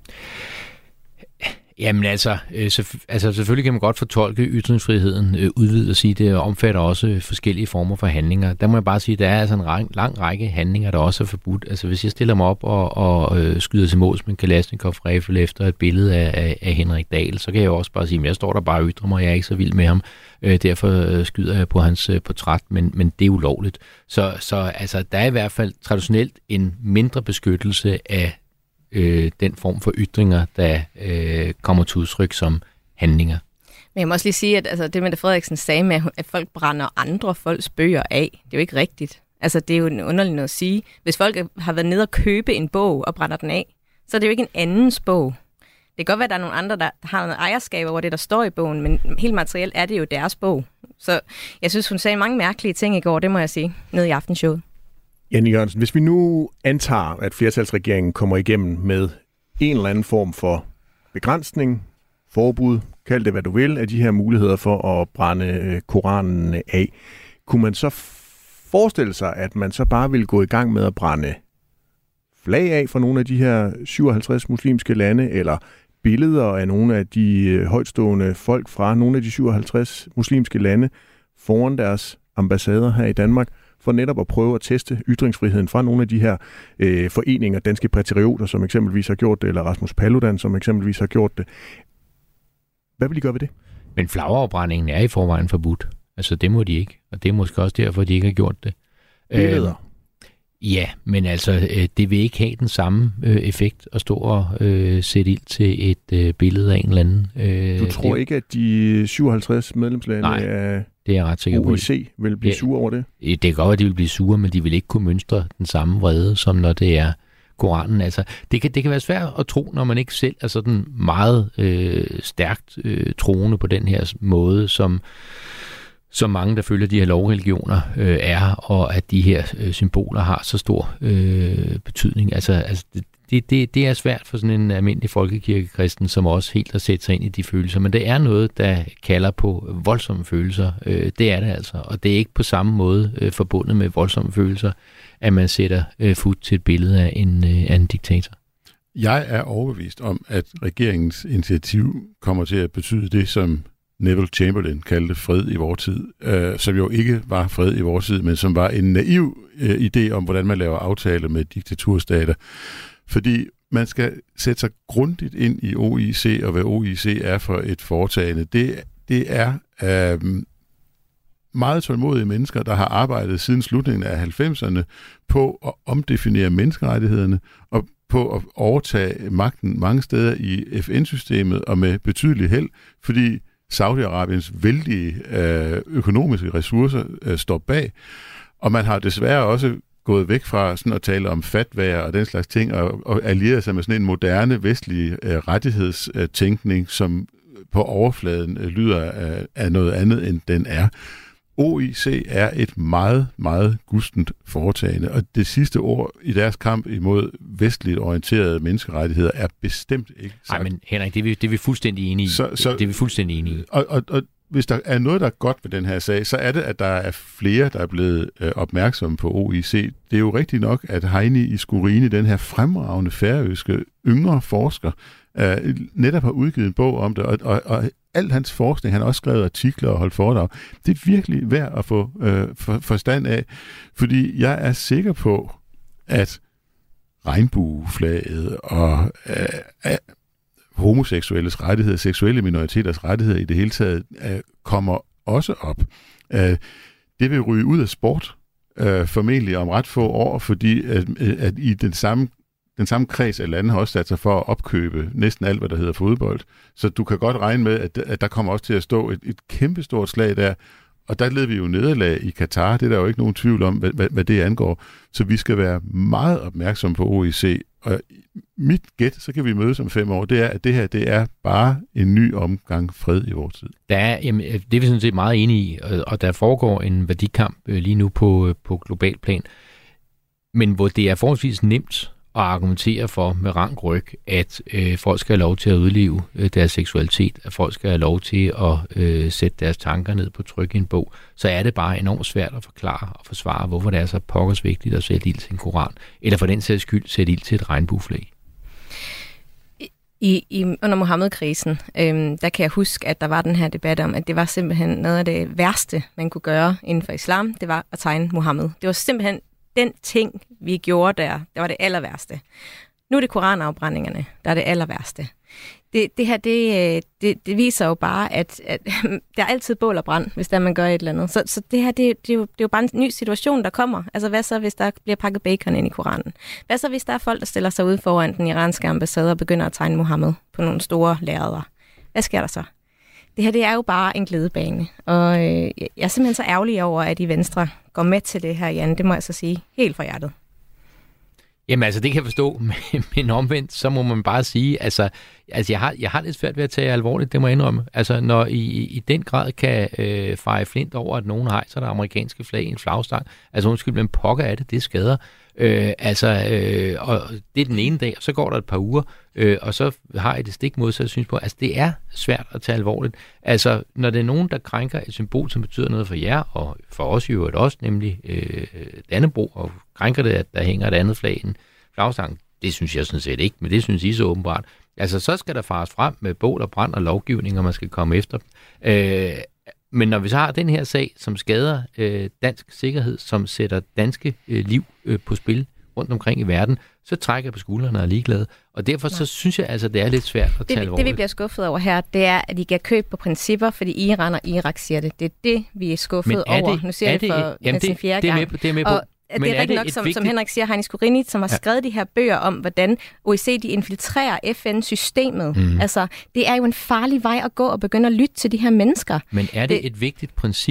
Jamen altså selvfølgelig kan man godt fortolke ytringsfriheden udvidet og sige, at det omfatter også forskellige former for handlinger. Der må jeg bare sige, at der er altså en lang række handlinger, der også er forbudt. Altså hvis jeg stiller mig op og skyder til måls med en Kalashnikov-riffel efter et billede af Henrik Dahl, så kan jeg også bare sige, at jeg står der bare og ytrer mig, jeg er ikke så vild med ham. Derfor skyder jeg på hans portræt, men det er ulovligt. Så altså, der er i hvert fald traditionelt en mindre beskyttelse af den form for ytringer, der kommer til udtryk som handlinger. Men jeg må også lige sige, at altså, det Mette Frederiksen sagde med, at folk brænder andre folks bøger af, det er jo ikke rigtigt. Altså, det er jo underligt noget at sige. Hvis folk har været nede og købe en bog og brænder den af, så er det jo ikke en andens bog. Det kan godt være, at der er nogle andre, der har noget ejerskab over det, der står i bogen, men helt materielt er det jo deres bog. Så jeg synes, hun sagde mange mærkelige ting i går, det må jeg sige, nede i Aftenshowet. Janne Jørgensen, hvis vi nu antager, at flertalsregeringen kommer igennem med en eller anden form for begrænsning, forbud, kald det hvad du vil, af de her muligheder for at brænde Koranen af, kunne man så forestille sig, at man så bare ville gå i gang med at brænde flag af fra nogle af de her 57 muslimske lande, eller billeder af nogle af de højtstående folk fra nogle af de 57 muslimske lande foran deres ambassader her i Danmark, for netop at prøve at teste ytringsfriheden fra nogle af de her foreninger, danske patrioter, som eksempelvis har gjort det, eller Rasmus Paludan, som eksempelvis har gjort det. Hvad vil I gøre ved det? Men flagafbrændingen er i forvejen forbudt. Altså det må de ikke, og det er måske også derfor, de ikke har gjort det. Billeder? Ja, men altså det vil ikke have den samme effekt at stå og sætte ild til et billede af en eller anden. Du tror ikke, at de 57 medlemslande af det er jeg ret sikker på. OIC vil blive sure over det? Det kan godt være, at de vil blive sure, men de vil ikke kunne mønstre den samme vrede, som når det er Koranen. Altså, det kan være svært at tro, når man ikke selv er sådan meget stærkt troende på den her måde, som mange, der følger de her lovreligioner, er, og at de her symboler har så stor betydning. Altså det er svært for sådan en almindelig folkekirkekristen, som også helt har sætte sig ind i de følelser, men det er noget, der kalder på voldsomme følelser. Det er det altså, og det er ikke på samme måde forbundet med voldsomme følelser, at man sætter fod til et billede af en diktator. Jeg er overbevist om, at regeringens initiativ kommer til at betyde det, som Neville Chamberlain kaldte fred i vor tid, som jo ikke var fred i vor tid, men som var en naiv idé om, hvordan man laver aftaler med diktaturstater. Fordi man skal sætte sig grundigt ind i OIC, og hvad OIC er for et foretagende. Det er meget tålmodige mennesker, der har arbejdet siden slutningen af 90'erne på at omdefinere menneskerettighederne og på at overtage magten mange steder i FN-systemet og med betydelig held, fordi Saudi-Arabiens vældige økonomiske ressourcer står bag. Og man har desværre også gået væk fra sådan at tale om fatwaer og den slags ting, og allieret sig med sådan en moderne vestlig rettighedstænkning, som på overfladen lyder af noget andet, end den er. OIC er et meget, meget gustent foretagende, og det sidste ord i deres kamp imod vestligt orienterede menneskerettigheder er bestemt ikke sagt. Nej, men Henrik, det er vi fuldstændig enige i. Det er vi fuldstændig enige i. Og hvis der er noget, der er godt ved den her sag, så er det, at der er flere, der er blevet opmærksomme på OIC. Det er jo rigtigt nok, at Heini Iskurini, den her fremragende færøske yngre forsker, netop har udgivet en bog om det, og al hans forskning, han har også skrevet artikler og holdt foredrag, det er virkelig værd at få forstand af, fordi jeg er sikker på, at regnbueflaget og homoseksuelles rettigheder, seksuelle minoriteters rettigheder i det hele taget, kommer også op. Det vil ryge ud af sport, formentlig om ret få år, fordi at i den samme kreds af lande har også sat sig for at opkøbe næsten alt, hvad der hedder fodbold. Så du kan godt regne med, at der kommer også til at stå et kæmpestort slag der. Og der led vi jo nederlag i Katar. Det er der jo ikke nogen tvivl om, hvad det angår. Så vi skal være meget opmærksomme på OIC. Og mit gæt, så kan vi mødes om 5 år, det er, at det her, det er bare en ny omgang fred i vores tid. Det er vi sådan set meget enige i, og der foregår en værdikamp lige nu på global plan. Men hvor det er forholdsvis nemt at argumentere for med rank ryg, at folk skal have lov til at udleve deres seksualitet, at folk skal have lov til at sætte deres tanker ned på tryk i en bog, så er det bare enormt svært at forklare og forsvare, hvorfor det er så pokkers vigtigt at sætte ild til en koran, eller for den sags skyld sætte ild til et regnbueflag. Under Mohammed-krisen, der kan jeg huske, at der var den her debat om, at det var simpelthen noget af det værste, man kunne gøre inden for islam, det var at tegne Mohammed. Det var simpelthen den ting, vi gjorde der, det var det aller værste. Nu er det koranafbrændingerne, der er det aller værste. Det her, det viser jo bare, at der er altid bål og brand, hvis der man gør et eller andet. Så det her, det er jo bare en ny situation, der kommer. Altså hvad så, hvis der bliver pakket bacon ind i Koranen? Hvad så, hvis der er folk, der stiller sig ud foran den iranske ambassade og begynder at tegne Mohammed på nogle store lærreder? Hvad sker der så? Det her, det er jo bare en glidebane. Og jeg er simpelthen så ærgerlig over, at I Venstre går med til det her, Jan. Det må jeg så sige helt fra hjertet. Jamen altså, det kan jeg forstå, men omvendt, så må man bare sige, altså jeg har lidt svært ved at tage alvorligt, det må jeg indrømme. Altså, når I den grad kan feje flint over, at nogen hejser der amerikanske flag i en flagstang, altså undskyld, men pokker af det skader. Og det er den ene dag, og så går der et par uger, og så har I det stik modsatte synspunkt. Altså, det er svært at tage alvorligt. Altså, når det er nogen, der krænker et symbol, som betyder noget for jer, og for os i øvrigt også, nemlig Dannebrog, og krænker det, at der hænger et andet flag i en flagstang, det synes jeg sådan set ikke, men det synes I så åbenbart. Altså, så skal der fares frem med bål og brand og lovgivning, og man skal komme efter dem. Men når vi så har den her sag, som skader dansk sikkerhed, som sætter danske liv på spil rundt omkring i verden, så trækker jeg på skuldrene og er ligeglad. Og derfor så synes jeg altså, det er lidt svært at tage alvorligt. Det vi bliver skuffet over her, det er, at I kan købe på principper, fordi Iran og Irak siger det. Det er det, vi er skuffet over. Nu siger jeg det for næsten 4. gang. Det er med på. Men det er rigtigt nok, som Henrik siger, Heini Iskurini, som har skrevet de her bøger om, hvordan OIC de infiltrerer FN-systemet. Altså, det er jo en farlig vej at gå og begynde at lytte til de her mennesker. Men er det et vigtigt princip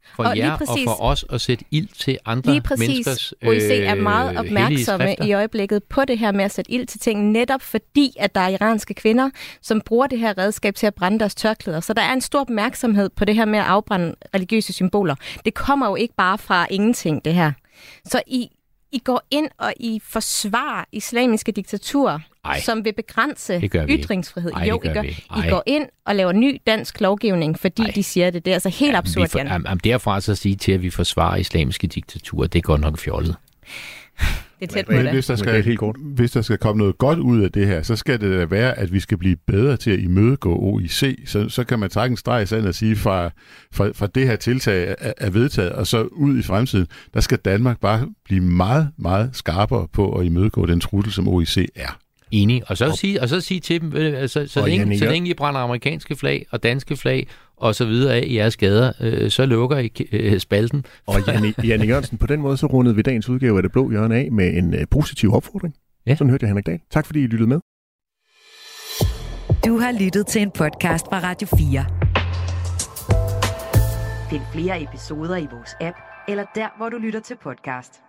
for og jer og for os at sætte ild til andre menneskers OIC er meget opmærksomme i øjeblikket på det her med at sætte ild til ting, netop fordi, at der er iranske kvinder, som bruger det her redskab til at brænde deres tørklæder. Så der er en stor opmærksomhed på det her med at afbrænde religiøse symboler. Det kommer jo ikke bare fra ingenting, det her. Så I går ind og I forsvarer islamiske diktaturer, som vil begrænse ytringsfrihed. Jo, I gør. I går ind og laver ny dansk lovgivning, fordi de siger det. Det er altså helt absurd, Jan. Derfra så at sige til, at vi forsvarer islamiske diktaturer, det er godt nok fjollet. Det er tæt på det. Hvis der skal komme noget godt ud af det her, så skal det da være, at vi skal blive bedre til at imødegå OIC. Så kan man trække en streg i sandet og sige, fra det her tiltag er vedtaget, og så ud i fremtiden, der skal Danmark bare blive meget, meget skarpere på at imødegå den trussel, som OIC er. Enig. Og så sige til dem, så længe I brænder amerikanske flag og danske flag og så videre af i jeres gader, så lukker I spalten. Og Janne Jørgensen, på den måde så rundede vi dagens udgave af Det Blå Hjørne af med en positiv opfordring. Ja. Sådan hørte jeg Henrik Dahl. Tak fordi I lyttede med. Du har lyttet til en podcast fra Radio 4. Find flere episoder i vores app, eller der, hvor du lytter til podcast.